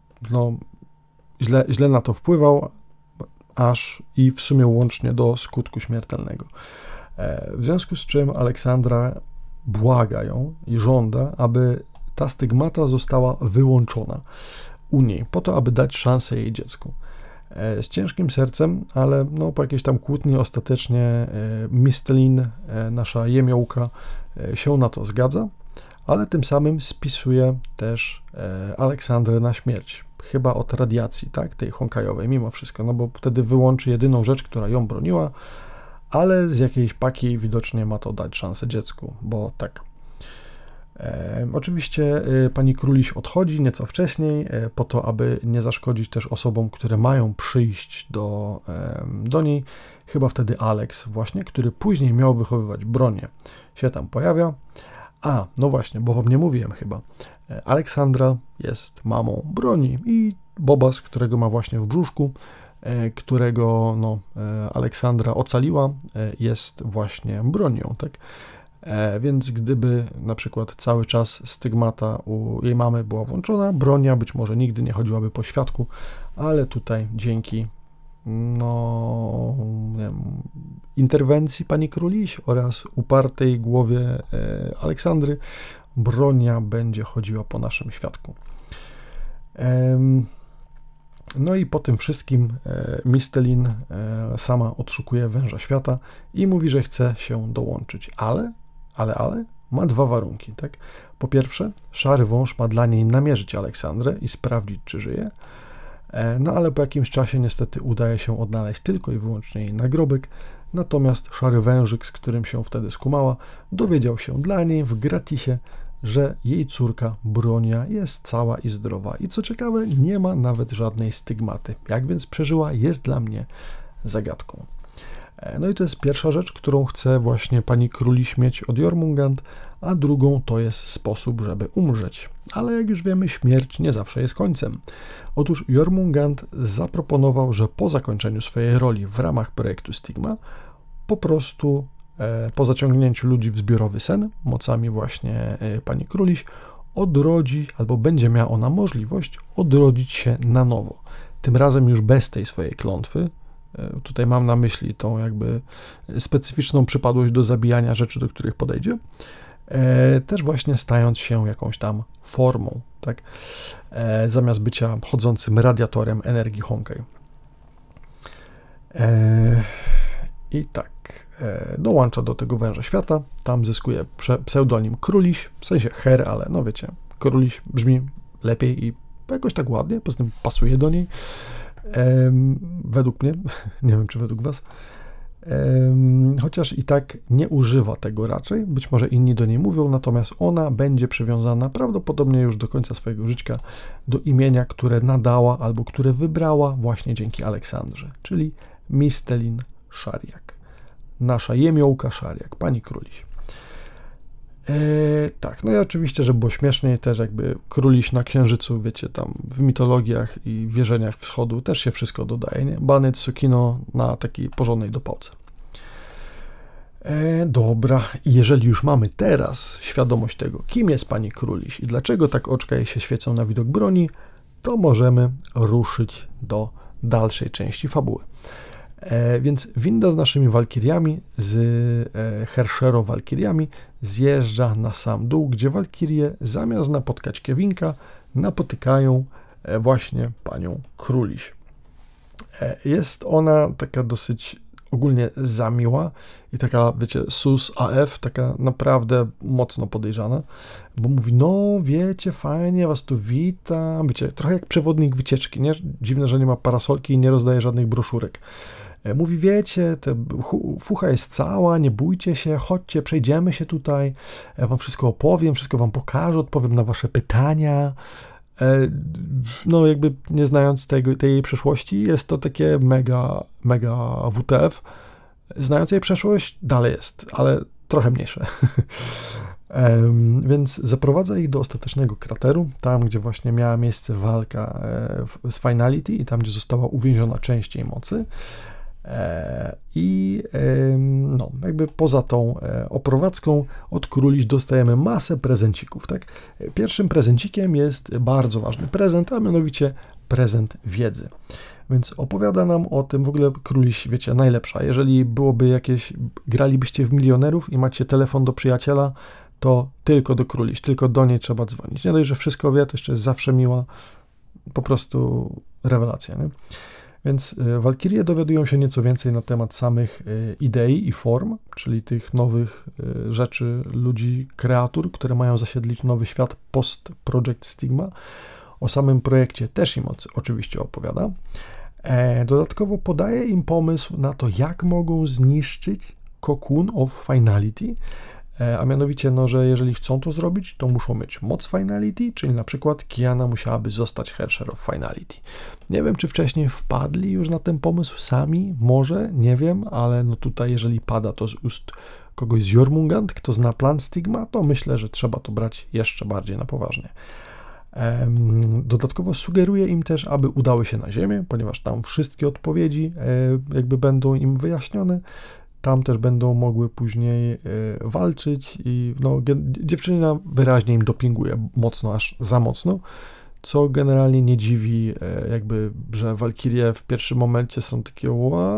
źle na to wpływał, aż i w sumie łącznie do skutku śmiertelnego. W związku z czym Aleksandra błaga ją i żąda, aby ta stygmata została wyłączona u niej, po to, aby dać szansę jej dziecku. Z ciężkim sercem, ale po jakiejś tam kłótni ostatecznie Mistelin, nasza jemiołka, się na to zgadza, ale tym samym spisuje też Aleksandrę na śmierć. Chyba od radiacji, tak, tej honkajowej, mimo wszystko, no bo wtedy wyłączy jedyną rzecz, która ją broniła, ale z jakiejś paki widocznie ma to dać szansę dziecku, bo tak. Oczywiście pani króliś odchodzi nieco wcześniej, po to, aby nie zaszkodzić też osobom, które mają przyjść do niej. Chyba wtedy Alex właśnie, który później miał wychowywać bronię, się tam pojawia. No właśnie, bo wam nie mówiłem chyba. Aleksandra jest mamą broni i Bobas, którego ma właśnie w brzuszku, którego Aleksandra ocaliła, jest właśnie bronią, tak? Więc gdyby na przykład cały czas stygmata u jej mamy była włączona, bronia być może nigdy nie chodziłaby po świadku, ale tutaj dzięki nie wiem, interwencji pani Króliś oraz upartej głowie Aleksandry, Bronia będzie chodziła po naszym świadku. No i po tym wszystkim Mistelin sama odszukuje węża świata i mówi, że chce się dołączyć, ale ma dwa warunki, tak? Po pierwsze, szary wąż ma dla niej namierzyć Aleksandrę i sprawdzić, czy żyje, no ale po jakimś czasie niestety udaje się odnaleźć tylko i wyłącznie jej nagrobek, natomiast szary wężyk, z którym się wtedy skumała, dowiedział się dla niej w gratisie, że jej córka Bronia jest cała i zdrowa i co ciekawe, nie ma nawet żadnej stygmaty. Jak więc przeżyła, jest dla mnie zagadką. No i to jest pierwsza rzecz, którą chce właśnie pani Króliś mieć od Jormungand, a drugą to jest sposób, żeby umrzeć. Ale jak już wiemy, śmierć nie zawsze jest końcem. Otóż Jormungand zaproponował, że po zakończeniu swojej roli w ramach projektu Stigma, po prostu po zaciągnięciu ludzi w zbiorowy sen, mocami właśnie pani Króliś, odrodzi, albo będzie miała ona możliwość odrodzić się na nowo. Tym razem już bez tej swojej klątwy. Tutaj mam na myśli tą jakby specyficzną przypadłość do zabijania rzeczy, do których podejdzie, też właśnie stając się jakąś tam formą, tak? Zamiast bycia chodzącym radiatorem energii Honkai. I tak, dołącza do tego węża świata, tam zyskuje pseudonim Króliś, w sensie Her, ale no wiecie, Króliś brzmi lepiej i jakoś tak ładnie, poza tym pasuje do niej. Według mnie, nie wiem czy według was, chociaż i tak nie używa tego raczej, być może inni do niej mówią, natomiast ona będzie przywiązana prawdopodobnie już do końca swojego życia do imienia, które nadała albo które wybrała właśnie dzięki Aleksandrze, czyli Mistelin Szariak, nasza jemiołka Szariak, pani Króliś. Tak, no i oczywiście, żeby było śmieszniej, też jakby Króliś na Księżycu, wiecie, tam w mitologiach i wierzeniach wschodu też się wszystko dodaje, nie? Bany Tsukino na takiej porządnej dopałce. Dobra, i jeżeli już mamy teraz świadomość tego, kim jest pani Króliś i dlaczego tak oczka jej się świecą na widok broni, to możemy ruszyć do dalszej części fabuły. Więc winda z naszymi walkiriami, z Hershero-walkiriami zjeżdża na sam dół, gdzie walkirie zamiast napotkać Kevinka, napotykają właśnie panią Króliś. Jest ona taka dosyć ogólnie zamiła i taka, wiecie, sus AF, taka naprawdę mocno podejrzana, bo mówi, no wiecie, fajnie, was tu witam, wiecie, trochę jak przewodnik wycieczki, nie? Dziwne, że nie ma parasolki i nie rozdaje żadnych broszurek. Mówi, wiecie, fucha jest cała, nie bójcie się, chodźcie, przejdziemy się tutaj, ja wam wszystko opowiem, wszystko wam pokażę, odpowiem na wasze pytania. No jakby nie znając tej jej przeszłości, jest to takie mega WTF. Znając jej przeszłość, dalej jest, ale trochę mniejsze. Więc zaprowadza ich do ostatecznego krateru, tam gdzie właśnie miała miejsce walka z Finality i tam gdzie została uwięziona część jej mocy. I no, jakby poza tą oprowadzką od Króliś dostajemy masę prezencików, tak? Pierwszym prezencikiem jest bardzo ważny prezent, a mianowicie prezent wiedzy. Więc opowiada nam o tym, w ogóle Króliś, wiecie, najlepsza. Jeżeli gralibyście w milionerów i macie telefon do przyjaciela, to tylko do Króliś, tylko do niej trzeba dzwonić. Nie dość, że wszystko wie, to jeszcze jest zawsze miła, po prostu rewelacja, nie? Więc walkirie dowiadują się nieco więcej na temat samych idei i form, czyli tych nowych rzeczy, ludzi, kreatur, które mają zasiedlić nowy świat post-Project Stigma. O samym projekcie też im oczywiście opowiada. Dodatkowo podaje im pomysł na to, jak mogą zniszczyć Cocoon of Finality, a mianowicie, no, że jeżeli chcą to zrobić, to muszą mieć moc Finality, czyli na przykład Kiana musiałaby zostać Hersher of Finality. Nie wiem, czy wcześniej wpadli już na ten pomysł sami, może, nie wiem, ale no tutaj, jeżeli pada to z ust kogoś z Jormungand, kto zna plan Stigma, to myślę, że trzeba to brać jeszcze bardziej na poważnie. Dodatkowo sugeruje im też, aby udały się na Ziemię, ponieważ tam wszystkie odpowiedzi jakby będą im wyjaśnione. Tam też będą mogły później walczyć i no, dziewczyna wyraźnie im dopinguje mocno, aż za mocno. co generalnie nie dziwi, jakby, że Walkirie w pierwszym momencie są takie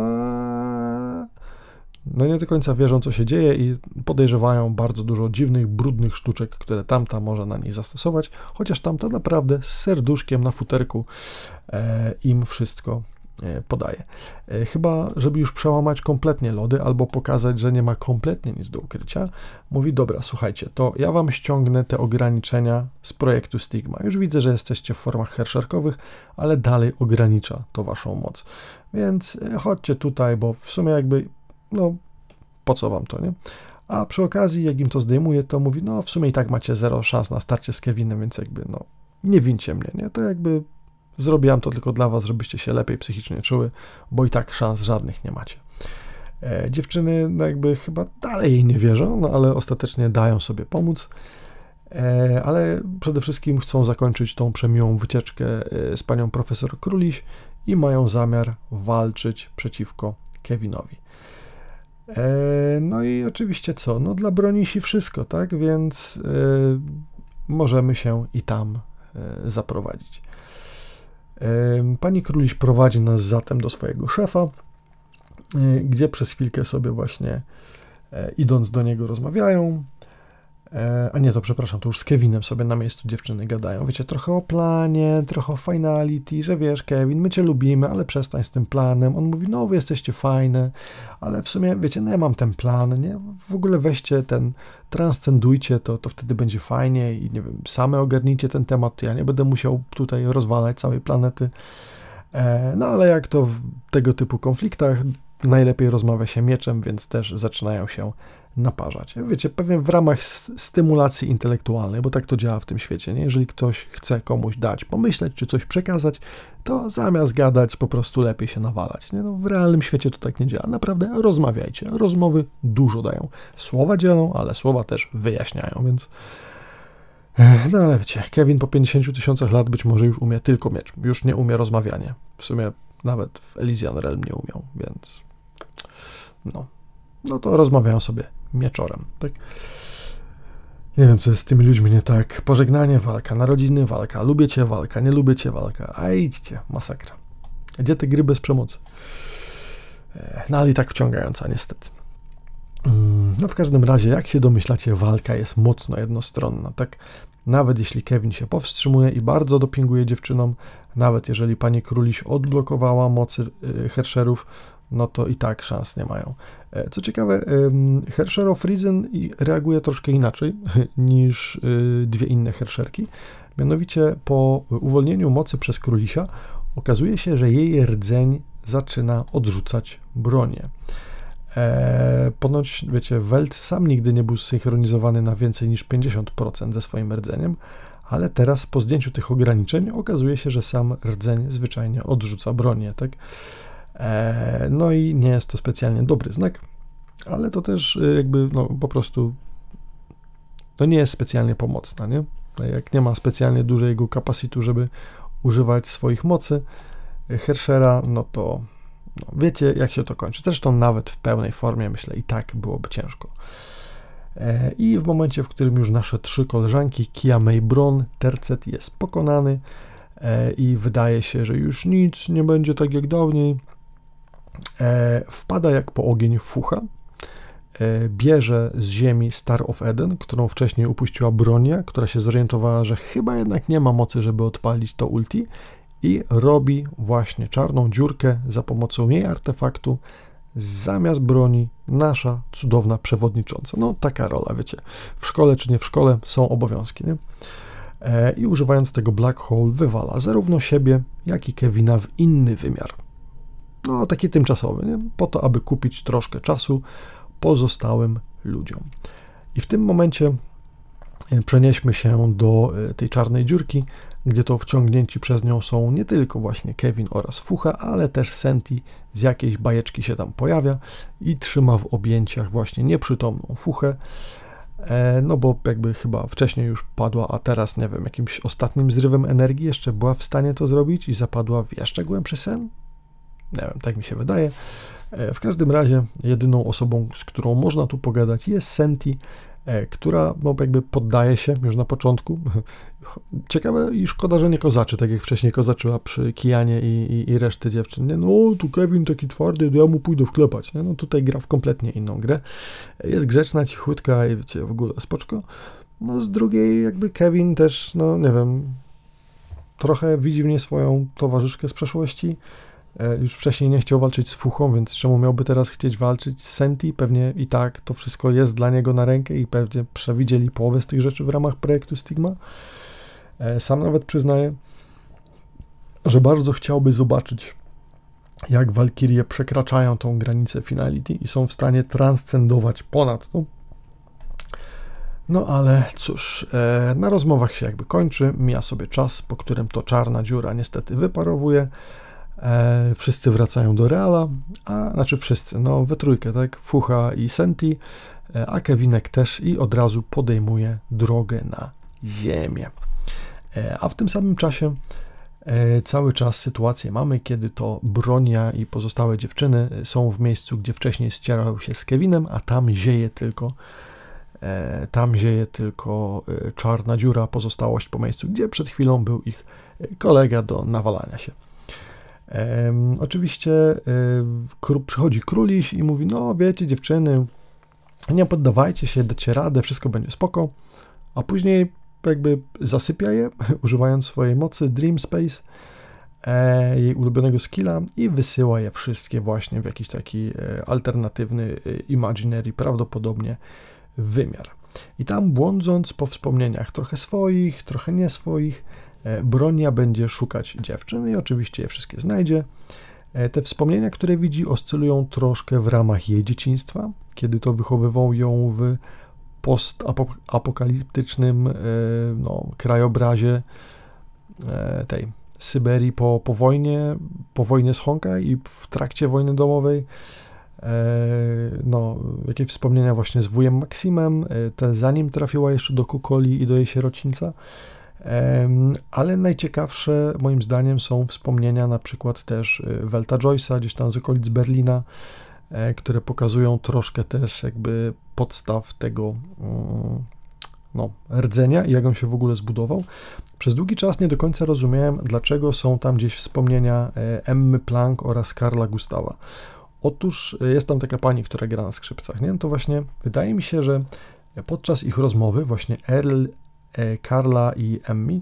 no nie do końca wierzą, co się dzieje i podejrzewają bardzo dużo dziwnych, brudnych sztuczek, które tamta może na niej zastosować, chociaż tamta naprawdę z serduszkiem na futerku im wszystko podaje. Chyba, żeby już przełamać kompletnie lody albo pokazać, że nie ma kompletnie nic do ukrycia, mówi, dobra, słuchajcie, to ja wam ściągnę te ograniczenia z projektu Stigma. Już widzę, że jesteście w formach herszerkowych, ale dalej ogranicza to waszą moc. Więc chodźcie tutaj, bo w sumie jakby, no, po co wam to, nie? A przy okazji, jak im to zdejmuje, to mówi, no, w sumie i tak macie 0 szans na starcie z Kevinem, więc jakby, no, nie wincie mnie, nie? To jakby zrobiłam to tylko dla was, żebyście się lepiej psychicznie czuły, bo i tak szans żadnych nie macie. Dziewczyny, no jakby chyba dalej jej nie wierzą, no ale ostatecznie dają sobie pomóc, ale przede wszystkim chcą zakończyć tą przemiłą wycieczkę z panią profesor Króliś i mają zamiar walczyć przeciwko Kevinowi. No i oczywiście co? No dla Bronisi wszystko, tak? Więc możemy się i tam zaprowadzić. Pani Króliś prowadzi nas zatem do swojego szefa, gdzie przez chwilkę sobie właśnie idąc do niego rozmawiają, a nie, to przepraszam, to już z Kevinem sobie na miejscu dziewczyny gadają, wiecie, trochę o planie, trochę o finality, że wiesz, Kevin, my cię lubimy, ale przestań z tym planem. On mówi, no wy jesteście fajne, ale w sumie, wiecie, no ja mam ten plan, nie, w ogóle weźcie ten, transcendujcie to wtedy będzie fajnie i nie wiem, same ogarnijcie ten temat, ja nie będę musiał tutaj rozwalać całej planety, no ale jak to w tego typu konfliktach, najlepiej rozmawia się mieczem, więc też zaczynają się naparzać. Wiecie, pewnie w ramach stymulacji intelektualnej, bo tak to działa w tym świecie, nie? Jeżeli ktoś chce komuś dać, pomyśleć, czy coś przekazać, to zamiast gadać, po prostu lepiej się nawalać, nie? No, w realnym świecie to tak nie działa. Naprawdę rozmawiajcie. Rozmowy dużo dają. Słowa dzielą, ale słowa też wyjaśniają, więc no ale wiecie, Kevin po 50 000 lat być może już umie tylko miecz, już nie umie rozmawianie. W sumie nawet w Elysian Realm nie umiał, więc no to rozmawiają sobie mieczorem, tak? Nie wiem, co jest z tymi ludźmi nie tak. Pożegnanie, walka, narodziny, walka, lubię cię, walka, nie lubię cię, walka, a idźcie, masakra. Gdzie te gry bez przemocy? No ale i tak wciągająca, niestety. No w każdym razie, jak się domyślacie, walka jest mocno jednostronna, tak? Nawet jeśli Kevin się powstrzymuje i bardzo dopinguje dziewczynom, nawet jeżeli pani Króliś odblokowała mocy herszerów, no to i tak szans nie mają. Co ciekawe, Hersher of Reason reaguje troszkę inaczej niż dwie inne herszerki. Mianowicie po uwolnieniu mocy przez Królisia okazuje się, że jej rdzeń zaczyna odrzucać bronię. Ponoć, wiecie, Welt sam nigdy nie był zsynchronizowany na więcej niż 50% ze swoim rdzeniem, ale teraz po zdjęciu tych ograniczeń okazuje się, że sam rdzeń zwyczajnie odrzuca bronię, tak? No i nie jest to specjalnie dobry znak, ale to też jakby, no po prostu to nie jest specjalnie pomocna, nie? Jak nie ma specjalnie dużego capacitu, żeby używać swoich mocy Herschera, no to wiecie, jak się to kończy. Zresztą nawet w pełnej formie, myślę, i tak byłoby ciężko. I w momencie, w którym już nasze trzy koleżanki, Kia, May, Bron, Tercet jest pokonany i wydaje się, że już nic nie będzie tak jak dawniej, wpada jak po ogień Fucha, bierze z ziemi Star of Eden, którą wcześniej upuściła Bronia, która się zorientowała, że chyba jednak nie ma mocy, żeby odpalić to ulti, i robi właśnie czarną dziurkę za pomocą jej artefaktu zamiast broni nasza cudowna przewodnicząca. No taka rola, wiecie, w szkole czy nie w szkole są obowiązki, nie? I używając tego Black Hole wywala zarówno siebie, jak i Kevina w inny wymiar. No taki tymczasowy, nie? Po to, aby kupić troszkę czasu pozostałym ludziom. I w tym momencie przenieśmy się do tej czarnej dziurki, gdzie to wciągnięci przez nią są nie tylko właśnie Kevin oraz Fucha, ale też Senti z jakiejś bajeczki się tam pojawia i trzyma w objęciach właśnie nieprzytomną Fuchę, no bo jakby chyba wcześniej już padła, a teraz, nie wiem, jakimś ostatnim zrywem energii jeszcze była w stanie to zrobić i zapadła w jeszcze głębszy sen? Nie wiem, tak mi się wydaje. W każdym razie jedyną osobą, z którą można tu pogadać, jest Senti, która no, jakby poddaje się już na początku. Ciekawe i szkoda, że nie kozaczy, tak jak wcześniej kozaczyła przy Kianie i reszty dziewczyn. Nie? No tu Kevin taki twardy, to ja mu pójdę wklepać. Nie? No tutaj gra w kompletnie inną grę. Jest grzeczna, cichutka i wiecie, w ogóle spoczko. No z drugiej jakby Kevin też, no nie wiem, trochę widzi w niej swoją towarzyszkę z przeszłości. Już wcześniej nie chciał walczyć z Fuchą, więc czemu miałby teraz chcieć walczyć z Senti? Pewnie i tak to wszystko jest dla niego na rękę i pewnie przewidzieli połowę z tych rzeczy w ramach projektu Stigma. Sam nawet przyznaje, że bardzo chciałby zobaczyć, jak Walkirie przekraczają tą granicę finality i są w stanie transcendować ponad to. No ale cóż, na rozmowach się jakby kończy, mija sobie czas, po którym to czarna dziura niestety wyparowuje. Wszyscy wracają do Reala, znaczy wszyscy, no we trójkę, tak, Fucha i Senti, a Kevinek też i od razu podejmuje drogę na ziemię. A w tym samym czasie cały czas sytuację mamy, kiedy to Bronia i pozostałe dziewczyny są w miejscu, gdzie wcześniej ścierały się z Kevinem, a tam zieje tylko czarna dziura, pozostałość po miejscu, gdzie przed chwilą był ich kolega do nawalania się. Oczywiście przychodzi Króliś i mówi, no wiecie dziewczyny, nie poddawajcie się, dacie radę, wszystko będzie spoko, a później jakby zasypia je, używając swojej mocy Dream Space, jej ulubionego skilla i wysyła je wszystkie właśnie w jakiś taki alternatywny imaginary, prawdopodobnie wymiar. I tam błądząc po wspomnieniach trochę swoich, trochę nie swoich, Bronia będzie szukać dziewczyn i oczywiście je wszystkie znajdzie. Te wspomnienia, które widzi, oscylują troszkę w ramach jej dzieciństwa, kiedy to wychowywał ją w postapokaliptycznym krajobrazie tej Syberii po wojnie z Honkai i w trakcie wojny domowej. Jakieś wspomnienia właśnie z wujem Maksimem, te zanim trafiła jeszcze do Kokoli i do jej sierocińca. Ale najciekawsze moim zdaniem są wspomnienia na przykład też Welta Joyce'a, gdzieś tam z okolic Berlina, które pokazują troszkę też jakby podstaw tego rdzenia i jak on się w ogóle zbudował. Przez długi czas nie do końca rozumiałem, dlaczego są tam gdzieś wspomnienia Emmy Plank oraz Karla Gustawa. Otóż jest tam taka pani, która gra na skrzypcach, nie? To właśnie wydaje mi się, że podczas ich rozmowy właśnie Karla i Emmy,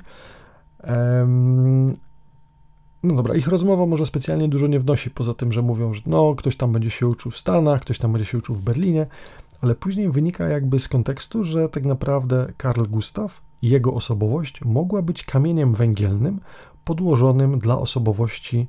no dobra, ich rozmowa może specjalnie dużo nie wnosi, poza tym, że mówią, że no, ktoś tam będzie się uczył w Stanach, ktoś tam będzie się uczył w Berlinie, ale później wynika jakby z kontekstu, że tak naprawdę Karl Gustav i jego osobowość mogła być kamieniem węgielnym podłożonym dla osobowości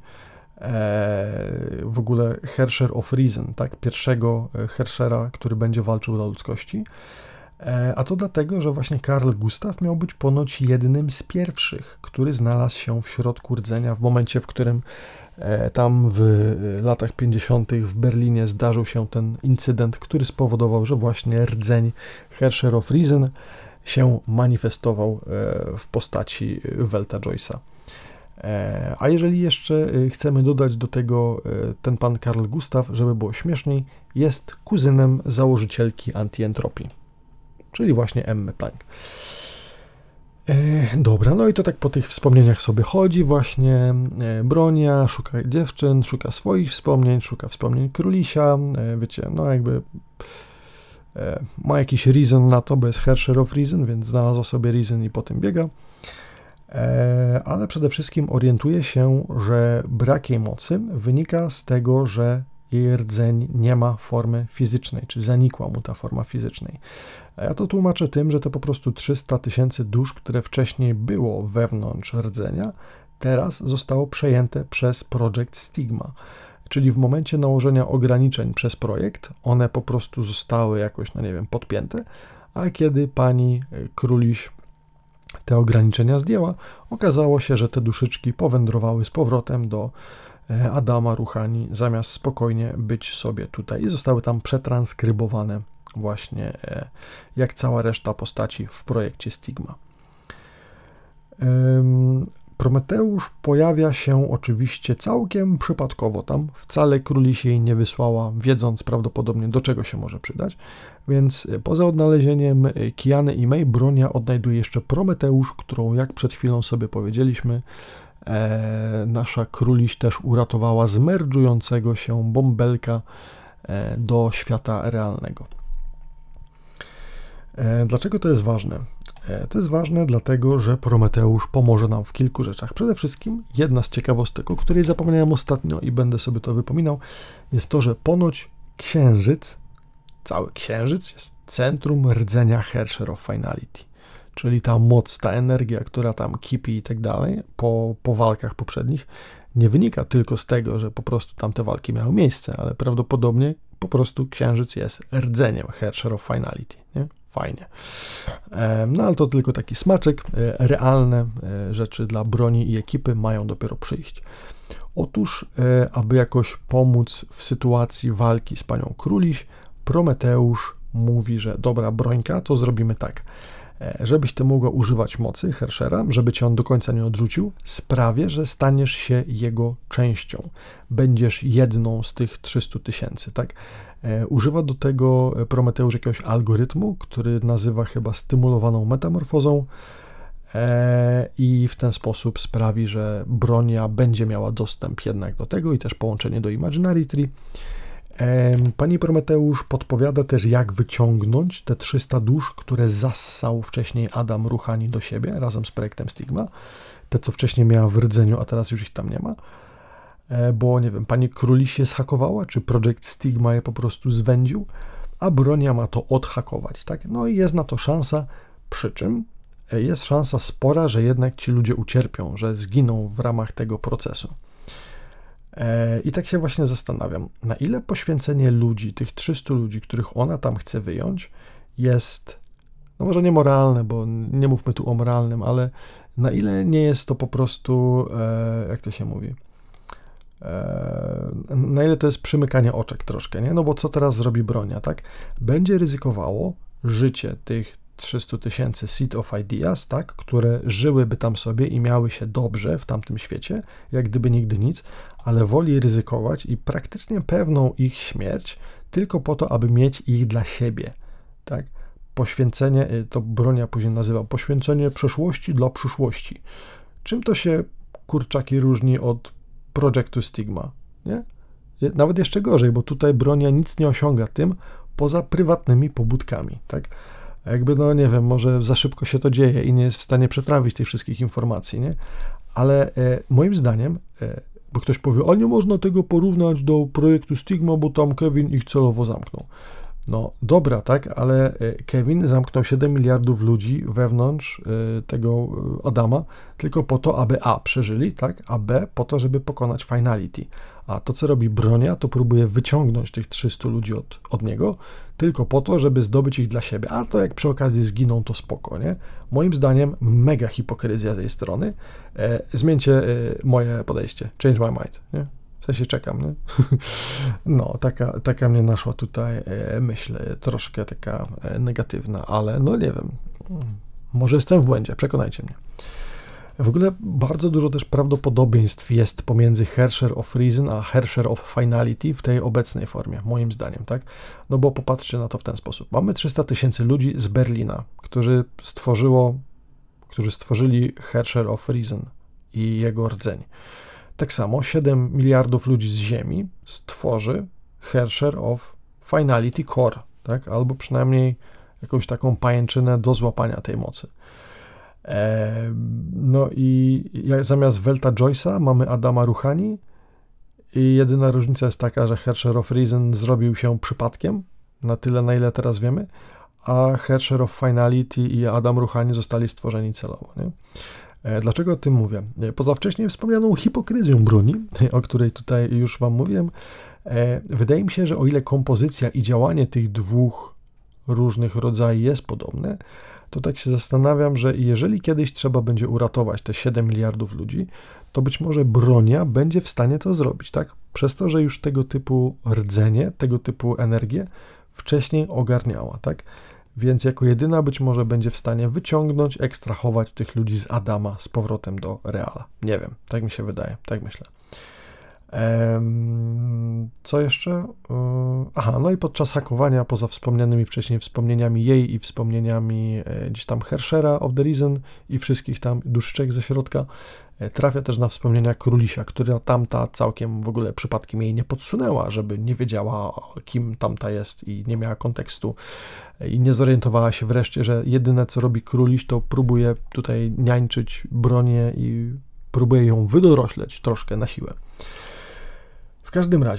w ogóle Herrscher of Reason, tak, pierwszego Herrschera, który będzie walczył dla ludzkości. A to dlatego, że właśnie Karl Gustav miał być ponoć jednym z pierwszych, który znalazł się w środku rdzenia w momencie, w którym tam w latach 50. w Berlinie zdarzył się ten incydent, który spowodował, że właśnie rdzeń Herrscher of Reason się manifestował w postaci Welta Joyce'a. A jeżeli jeszcze chcemy dodać do tego, ten pan Karl Gustav, żeby było śmieszniej, jest kuzynem założycielki Antientropii, czyli właśnie Emmy Plank. Dobra, no i to tak po tych wspomnieniach sobie chodzi właśnie. Bronia szuka dziewczyn, szuka swoich wspomnień, szuka wspomnień Królisia, wiecie, no jakby ma jakiś reason na to, bo jest Herrscher of Reason, więc znalazł sobie reason i po tym biega. Ale przede wszystkim orientuje się, że brak jej mocy wynika z tego, że jej rdzeń nie ma formy fizycznej, czy zanikła mu ta forma fizycznej. Ja to tłumaczę tym, że to po prostu 300 000 dusz, które wcześniej było wewnątrz rdzenia, teraz zostało przejęte przez projekt Stigma. Czyli w momencie nałożenia ograniczeń przez projekt, one po prostu zostały jakoś, no nie wiem, podpięte, a kiedy pani Króliś te ograniczenia zdjęła, okazało się, że te duszyczki powędrowały z powrotem do Adama Ruchani, zamiast spokojnie być sobie tutaj i zostały tam przetranskrybowane właśnie jak cała reszta postaci w projekcie Stigma. Prometeusz pojawia się oczywiście całkiem przypadkowo tam, wcale króliś jej nie wysłała, wiedząc prawdopodobnie do czego się może przydać, więc poza odnalezieniem Kiany i May, Bronia odnajduje jeszcze Prometeusz, którą jak przed chwilą sobie powiedzieliśmy, nasza króliś też uratowała z merdżującego się bąbelka do świata realnego. Dlaczego to jest ważne? To jest ważne dlatego, że Prometeusz pomoże nam w kilku rzeczach. Przede wszystkim jedna z ciekawostek, o której zapomniałem ostatnio i będę sobie to wypominał, jest to, że ponoć Księżyc, cały Księżyc jest centrum rdzenia Hersher of Finality. Czyli ta moc, ta energia, która tam kipi i tak dalej po walkach poprzednich, nie wynika tylko z tego, że po prostu tamte walki miały miejsce, ale prawdopodobnie po prostu Księżyc jest rdzeniem Hersher of Finality, nie? Fajnie. No ale to tylko taki smaczek. Realne rzeczy dla Broni i ekipy mają dopiero przyjść. Otóż, aby jakoś pomóc w sytuacji walki z panią Króliś, Prometeusz mówi, że dobra Brońka, to zrobimy tak. Żebyś ty mogła używać mocy Herschera, żeby cię on do końca nie odrzucił, sprawię, że staniesz się jego częścią. Będziesz jedną z tych 300 000, tak? Używa do tego Prometeusz jakiegoś algorytmu, który nazywa chyba stymulowaną metamorfozą i w ten sposób sprawi, że Bronia będzie miała dostęp jednak do tego i też połączenie do Imaginary Tree. Pani Prometeusz podpowiada też, jak wyciągnąć te 300 dusz, które zassał wcześniej Adam Ruchani do siebie razem z projektem Stigma. Te, co wcześniej miała w rdzeniu, a teraz już ich tam nie ma. Bo nie wiem, pani Króliś się zhakowała, czy projekt Stigma je po prostu zwędził, a Bronia ma to odhakować, tak? No i jest na to szansa, przy czym jest szansa spora, że jednak ci ludzie ucierpią, że zginą w ramach tego procesu. I tak się właśnie zastanawiam, na ile poświęcenie ludzi, tych 300 ludzi, których ona tam chce wyjąć, jest, no może niemoralne, bo nie mówmy tu o moralnym, ale na ile nie jest to po prostu, jak to się mówi, na ile to jest przymykanie oczek troszkę, nie? No bo co teraz zrobi Bronia, tak? Będzie ryzykowało życie tych 300 000 Seed of Ideas, tak, które żyłyby tam sobie i miały się dobrze w tamtym świecie, jak gdyby nigdy nic, ale woli ryzykować i praktycznie pewną ich śmierć tylko po to, aby mieć ich dla siebie, tak. Poświęcenie, to Bronia później nazywa poświęcenie przeszłości dla przyszłości. Czym to się, kurczaki, różni od projektu Stigma, nie? Nawet jeszcze gorzej, bo tutaj Bronia nic nie osiąga tym, poza prywatnymi pobudkami, tak. Jakby, no nie wiem, może za szybko się to dzieje i nie jest w stanie przetrawić tych wszystkich informacji, nie? Ale moim zdaniem, bo ktoś powie, a nie można tego porównać do projektu Stigma, bo tam Kevin ich celowo zamknął. No dobra, tak, ale Kevin zamknął 7 miliardów ludzi wewnątrz tego Adama tylko po to, aby A, przeżyli, tak, a B, po to, żeby pokonać Finality. A to, co robi Bronia, to próbuje wyciągnąć tych 300 ludzi od niego tylko po to, żeby zdobyć ich dla siebie. A to jak przy okazji zginą, to spoko, nie? Moim zdaniem mega hipokryzja z jej strony. Zmieńcie moje podejście. Change my mind, nie? W sensie czekam, nie? No, taka mnie naszła tutaj myśl, troszkę taka negatywna, ale no nie wiem, może jestem w błędzie, przekonajcie mnie. W ogóle bardzo dużo też prawdopodobieństw jest pomiędzy Hersher of Reason a Hersher of Finality w tej obecnej formie, moim zdaniem, tak? No bo popatrzcie na to w ten sposób. Mamy 300 000 ludzi z Berlina, którzy stworzyli Hersher of Reason i jego rdzeń. Tak samo 7 miliardów ludzi z Ziemi stworzy Hersher of Finality Core, tak? Albo przynajmniej jakąś taką pajęczynę do złapania tej mocy. No i zamiast Welta Joyce'a mamy Adama Ruchani i jedyna różnica jest taka, że Hersher of Reason zrobił się przypadkiem, na tyle, na ile teraz wiemy, a Hersher of Finality i Adam Ruchani zostali stworzeni celowo, nie? Dlaczego o tym mówię? Poza wcześniej wspomnianą hipokryzją Broni, o której tutaj już wam mówiłem, wydaje mi się, że o ile kompozycja i działanie tych dwóch różnych rodzajów jest podobne, to tak się zastanawiam, że jeżeli kiedyś trzeba będzie uratować te 7 miliardów ludzi, to być może Bronia będzie w stanie to zrobić, tak? Przez to, że już tego typu rdzenie, tego typu energię wcześniej ogarniała, tak? więc jako jedyna być może będzie w stanie wyciągnąć, ekstrahować tych ludzi z Adama z powrotem do Reala. Nie wiem, tak mi się wydaje, tak myślę. Co jeszcze? Aha, no i podczas hakowania, poza wspomnianymi wcześniej wspomnieniami jej i wspomnieniami gdzieś tam Herschera of the Reason i wszystkich tam duszczek ze środka, trafia też na wspomnienia Królisia, która tamta całkiem w ogóle przypadkiem jej nie podsunęła, żeby nie wiedziała, kim tamta jest i nie miała kontekstu i nie zorientowała się wreszcie, że jedyne co robi Króliś, to próbuje tutaj niańczyć bronię i próbuje ją wydorośleć troszkę na siłę. W każdym razie,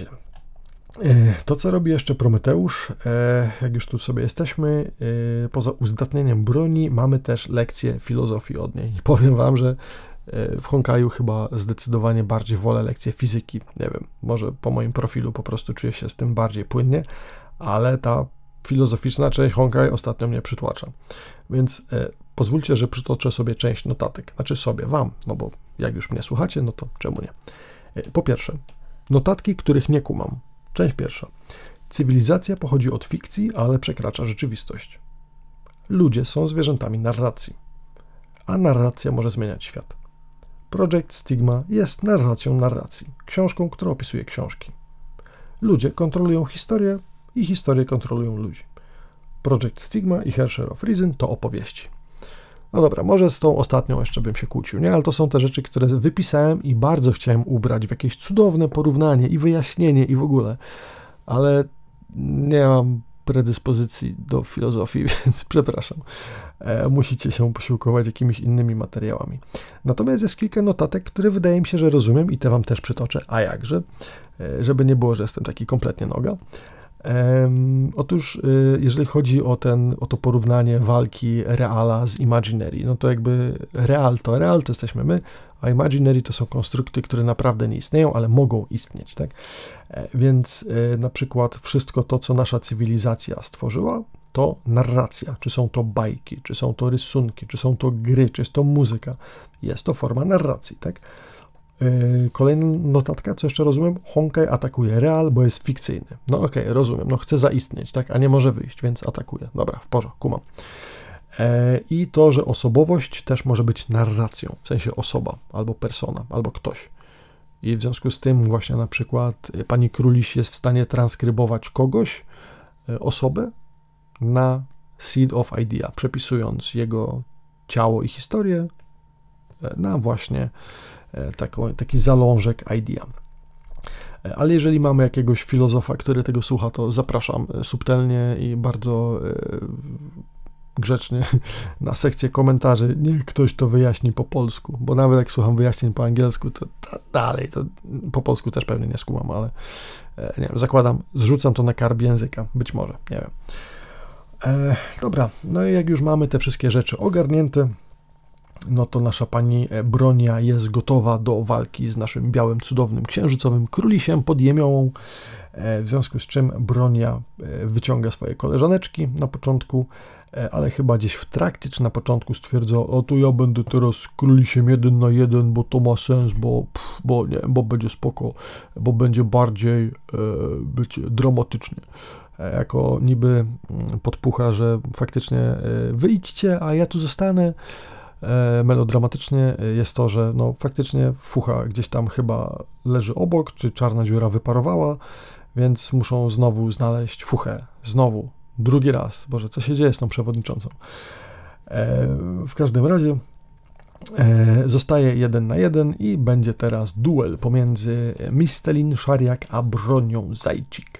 to co robi jeszcze Prometeusz, jak już tu sobie jesteśmy, poza uzdatnieniem broni mamy też lekcję filozofii od niej. I powiem wam, że w Honkaju chyba zdecydowanie bardziej wolę lekcję fizyki. Nie wiem, może po moim profilu po prostu czuję się z tym bardziej płynnie, ale ta filozoficzna część Honkai ostatnio mnie przytłacza. Więc pozwólcie, że przytoczę sobie część notatek. Znaczy sobie, wam, no bo jak już mnie słuchacie, no to czemu nie? Po pierwsze, notatki, których nie kumam. Część pierwsza. Cywilizacja pochodzi od fikcji, ale przekracza rzeczywistość. Ludzie są zwierzętami narracji, a narracja może zmieniać świat. Project Stigma jest narracją narracji, książką, która opisuje książki. Ludzie kontrolują historię i historie kontrolują ludzi. Project Stigma i Herscher of Reason to opowieści. No dobra, może z tą ostatnią jeszcze bym się kłócił, nie? Ale to są te rzeczy, które wypisałem i bardzo chciałem ubrać w jakieś cudowne porównanie i wyjaśnienie i w ogóle, ale nie mam predyspozycji do filozofii, więc przepraszam. Musicie się posiłkować jakimiś innymi materiałami. Natomiast jest kilka notatek, które wydaje mi się, że rozumiem i te wam też przytoczę, a jakże, żeby nie było, że jestem taki kompletnie noga. Otóż, jeżeli chodzi o to porównanie walki Reala z Imaginary, no to jakby Real to jesteśmy my, a Imaginary to są konstrukty, które naprawdę nie istnieją, ale mogą istnieć, tak? Więc na przykład wszystko to, co nasza cywilizacja stworzyła, to narracja, czy są to bajki, czy są to rysunki, czy są to gry, czy jest to muzyka, jest to forma narracji, tak? Kolejna notatka, co jeszcze rozumiem, Honkai atakuje Real, bo jest fikcyjny. No okej, rozumiem, no chce zaistnieć, tak, a nie może wyjść, więc atakuje. Dobra, w porządku, kumam. I to, że osobowość też może być narracją, w sensie osoba, albo persona, albo ktoś. I w związku z tym właśnie na przykład pani Króliś jest w stanie transkrybować kogoś, osobę, na Seed of Idea, przepisując jego ciało i historię na właśnie taki zalążek idea. Ale jeżeli mamy jakiegoś filozofa, który tego słucha, to zapraszam subtelnie i bardzo grzecznie na sekcję komentarzy. Niech ktoś to wyjaśni po polsku, bo nawet jak słucham wyjaśnień po angielsku, to dalej, to po polsku też pewnie nie skumam, ale nie wiem, zakładam, zrzucam to na karb języka, być może, nie wiem. Dobra, no i jak już mamy te wszystkie rzeczy ogarnięte, no to nasza pani Bronia jest gotowa do walki z naszym białym, cudownym, księżycowym królisiem pod Jemiołą, w związku z czym Bronia wyciąga swoje koleżaneczki na początku, ale chyba gdzieś w trakcie czy na początku stwierdza, o to ja będę teraz z królisiem 1 na 1, bo to ma sens, bo będzie spoko, bo będzie bardziej dramatycznie. Jako niby podpucha, że faktycznie wyjdźcie, a ja tu zostanę. Melodramatycznie jest to, że no faktycznie fucha gdzieś tam chyba leży obok, czy czarna dziura wyparowała, więc muszą znowu znaleźć fuchę. Znowu, drugi raz. Boże, co się dzieje z tą przewodniczącą? W każdym razie zostaje 1 na 1 i będzie teraz duel pomiędzy Mistelin Szariak a Bronią Zajcik.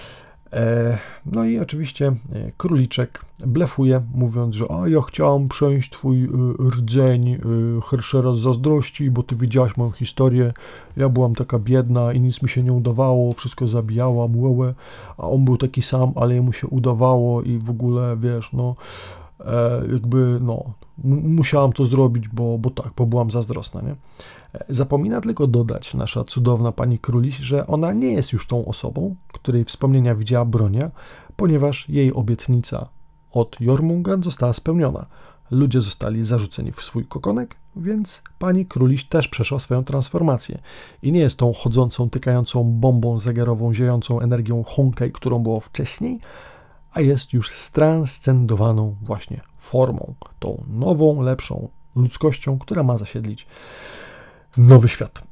No i oczywiście króliczek blefuje, mówiąc, że ja chciałam przejąć twój rdzeń Herschera z zazdrości, bo ty widziałaś moją historię, ja byłam taka biedna i nic mi się nie udawało, wszystko zabijałam, a on był taki sam, ale jemu się udawało i w ogóle, wiesz, no jakby, no musiałam to zrobić, bo byłam zazdrosna, nie? Zapomina tylko dodać nasza cudowna pani Króliś, że ona nie jest już tą osobą, której wspomnienia widziała Bronia, ponieważ jej obietnica od Jormungand została spełniona. Ludzie zostali zarzuceni w swój kokonek, więc pani Króliś też przeszła swoją transformację. I nie jest tą chodzącą, tykającą bombą zegarową, ziejącą energią Honkai, którą było wcześniej, a jest już stranscendowaną właśnie formą, tą nową, lepszą ludzkością, która ma zasiedlić nowy świat.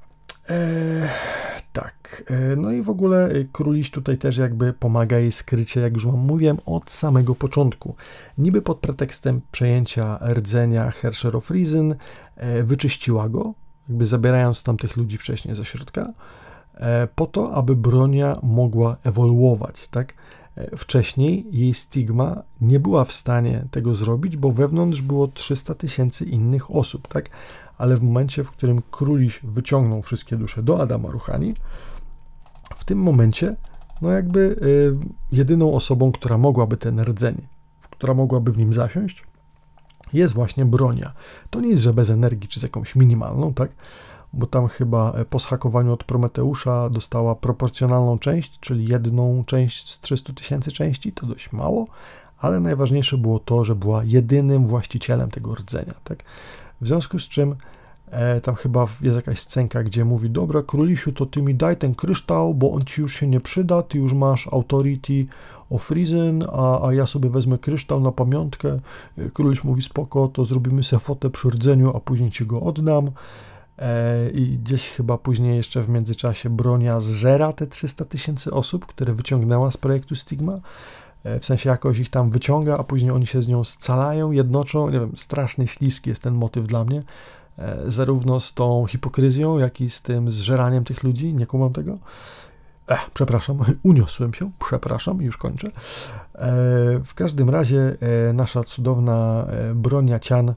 No i w ogóle Króliś tutaj też jakby pomaga jej skrycie, jak już wam mówiłem, od samego początku. Niby pod pretekstem przejęcia rdzenia Herrscher of Reason wyczyściła go, jakby zabierając tamtych ludzi wcześniej ze środka, po to, aby Bronia mogła ewoluować, tak? Wcześniej jej Stigma nie była w stanie tego zrobić, bo wewnątrz było 300 000 innych osób, tak? Ale w momencie, w którym Króliś wyciągnął wszystkie dusze do Adama Rouhani, w tym momencie, no jakby jedyną osobą, która mogłaby ten rdzeń, która mogłaby w nim zasiąść, jest właśnie Bronia. To nie jest, że bez energii, czy z jakąś minimalną, tak? Bo tam chyba po zhakowaniu od Prometeusza dostała proporcjonalną część, czyli jedną część z 300 000 części, to dość mało, ale najważniejsze było to, że była jedynym właścicielem tego rdzenia, tak? W związku z czym tam chyba jest jakaś scenka, gdzie mówi: dobra, Królisiu, to ty mi daj ten kryształ, bo on ci już się nie przyda, ty już masz Authority of Reason, a ja sobie wezmę kryształ na pamiątkę. Króliś mówi: spoko, to zrobimy sobie fotę przy rdzeniu, a później ci go oddam. I gdzieś chyba później jeszcze w międzyczasie Bronia zżera te 300 000 osób, które wyciągnęła z projektu Stigma. W sensie jakoś ich tam wyciąga, a później oni się z nią scalają, jednoczą. Nie wiem, strasznie śliski jest ten motyw dla mnie. Zarówno z tą hipokryzją, jak i z tym zżeraniem tych ludzi. Nie kumam tego. Przepraszam, uniosłem się, przepraszam, już kończę. W każdym razie nasza cudowna Bronia Cian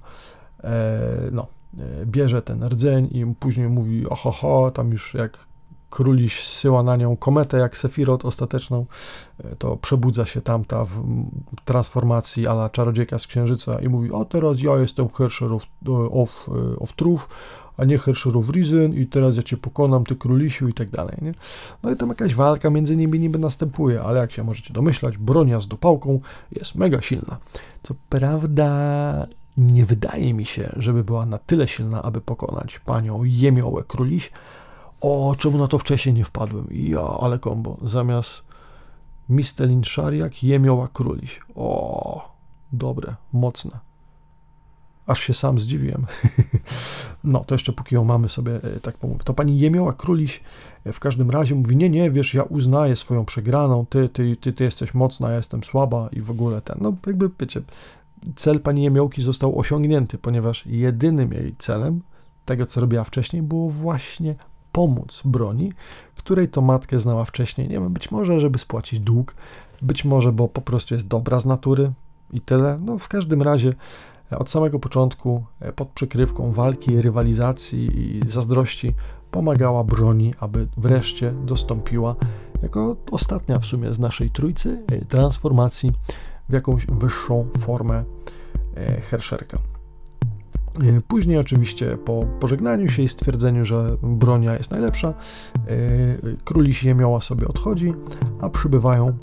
bierze ten rdzeń i później mówi: oho, tam już jak Króliś zsyła na nią kometę jak Sefirot ostateczną, to przebudza się tamta w transformacji a la czarodziejka z Księżyca i mówi: o teraz ja jestem Herrscher of Truth, a nie Herrscher of Reason i teraz ja cię pokonam, ty Królisiu i tak dalej, nie? No i tam jakaś walka między nimi niby następuje, ale jak się możecie domyślać, Bronia z dopałką jest mega silna. Co prawda nie wydaje mi się, żeby była na tyle silna, aby pokonać panią Jemiołę Króliś. O, czemu na to wcześniej nie wpadłem? Ale kombo. Zamiast Mistelin Szariak, Jemioła Króliś. O, dobre, mocne. Aż się sam zdziwiłem. No, to jeszcze póki ją mamy sobie, tak pomógł. To pani Jemioła Króliś w każdym razie mówi: nie, wiesz, ja uznaję swoją przegraną, ty jesteś mocna, ja jestem słaba i w ogóle ten. No, jakby, wiecie, cel pani Jemiołki został osiągnięty, ponieważ jedynym jej celem tego, co robiła wcześniej, było właśnie pomóc Broni, której to matkę znała wcześniej, nie wiem, być może, żeby spłacić dług, być może, bo po prostu jest dobra z natury i tyle. No, w każdym razie od samego początku, pod przykrywką walki, rywalizacji i zazdrości, pomagała Broni, aby wreszcie dostąpiła, jako ostatnia w sumie z naszej trójcy, transformacji w jakąś wyższą formę herszerka. Później oczywiście po pożegnaniu się i stwierdzeniu, że Bronia jest najlepsza, Króliś Jemioła sobie odchodzi, a przybywają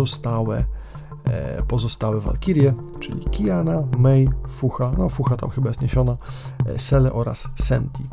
pozostałe walkirie, czyli Kiana, Mei, Fucha, no Fucha tam chyba jest niesiona, Sele oraz Senti.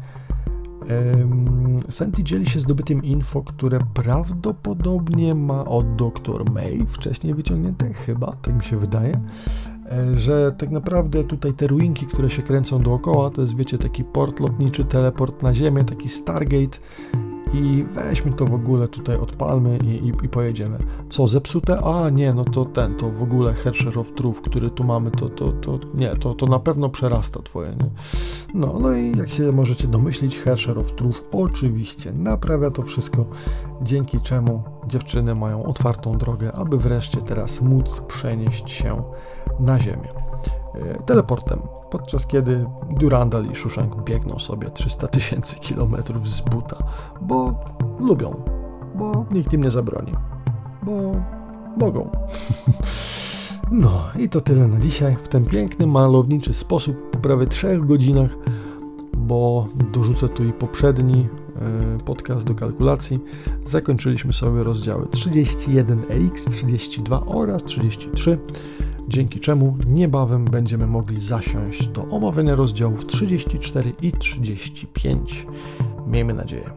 Senti dzieli się zdobytym info, które prawdopodobnie ma od dr Mei wcześniej wyciągnięte, chyba, tak mi się wydaje, że tak naprawdę tutaj te ruinki, które się kręcą dookoła, to jest, wiecie, taki port lotniczy, teleport na Ziemię, taki Stargate i weźmy to w ogóle tutaj, odpalmy i pojedziemy. Co, zepsute? A nie, no to to w ogóle Herrscher of Truth, który tu mamy, to na pewno przerasta twoje, nie? No i jak się możecie domyślić, Herrscher of Truth oczywiście naprawia to wszystko, dzięki czemu dziewczyny mają otwartą drogę, aby wreszcie teraz móc przenieść się na Ziemię. Teleportem, podczas kiedy Durandal i Shushank biegną sobie 300 000 kilometrów z buta, bo lubią, bo nikt im nie zabroni, bo mogą. No i to tyle na dzisiaj, w ten piękny, malowniczy sposób, po prawie 3 godzinach, bo dorzucę tu i poprzedni podcast do kalkulacji. Zakończyliśmy sobie rozdziały 31EX, 32 oraz 33, dzięki czemu niebawem będziemy mogli zasiąść do omawiania rozdziałów 34 i 35. Miejmy nadzieję.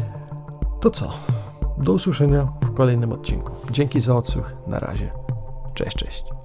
To co? Do usłyszenia w kolejnym odcinku. Dzięki za odsłuch. Na razie. Cześć. Cześć.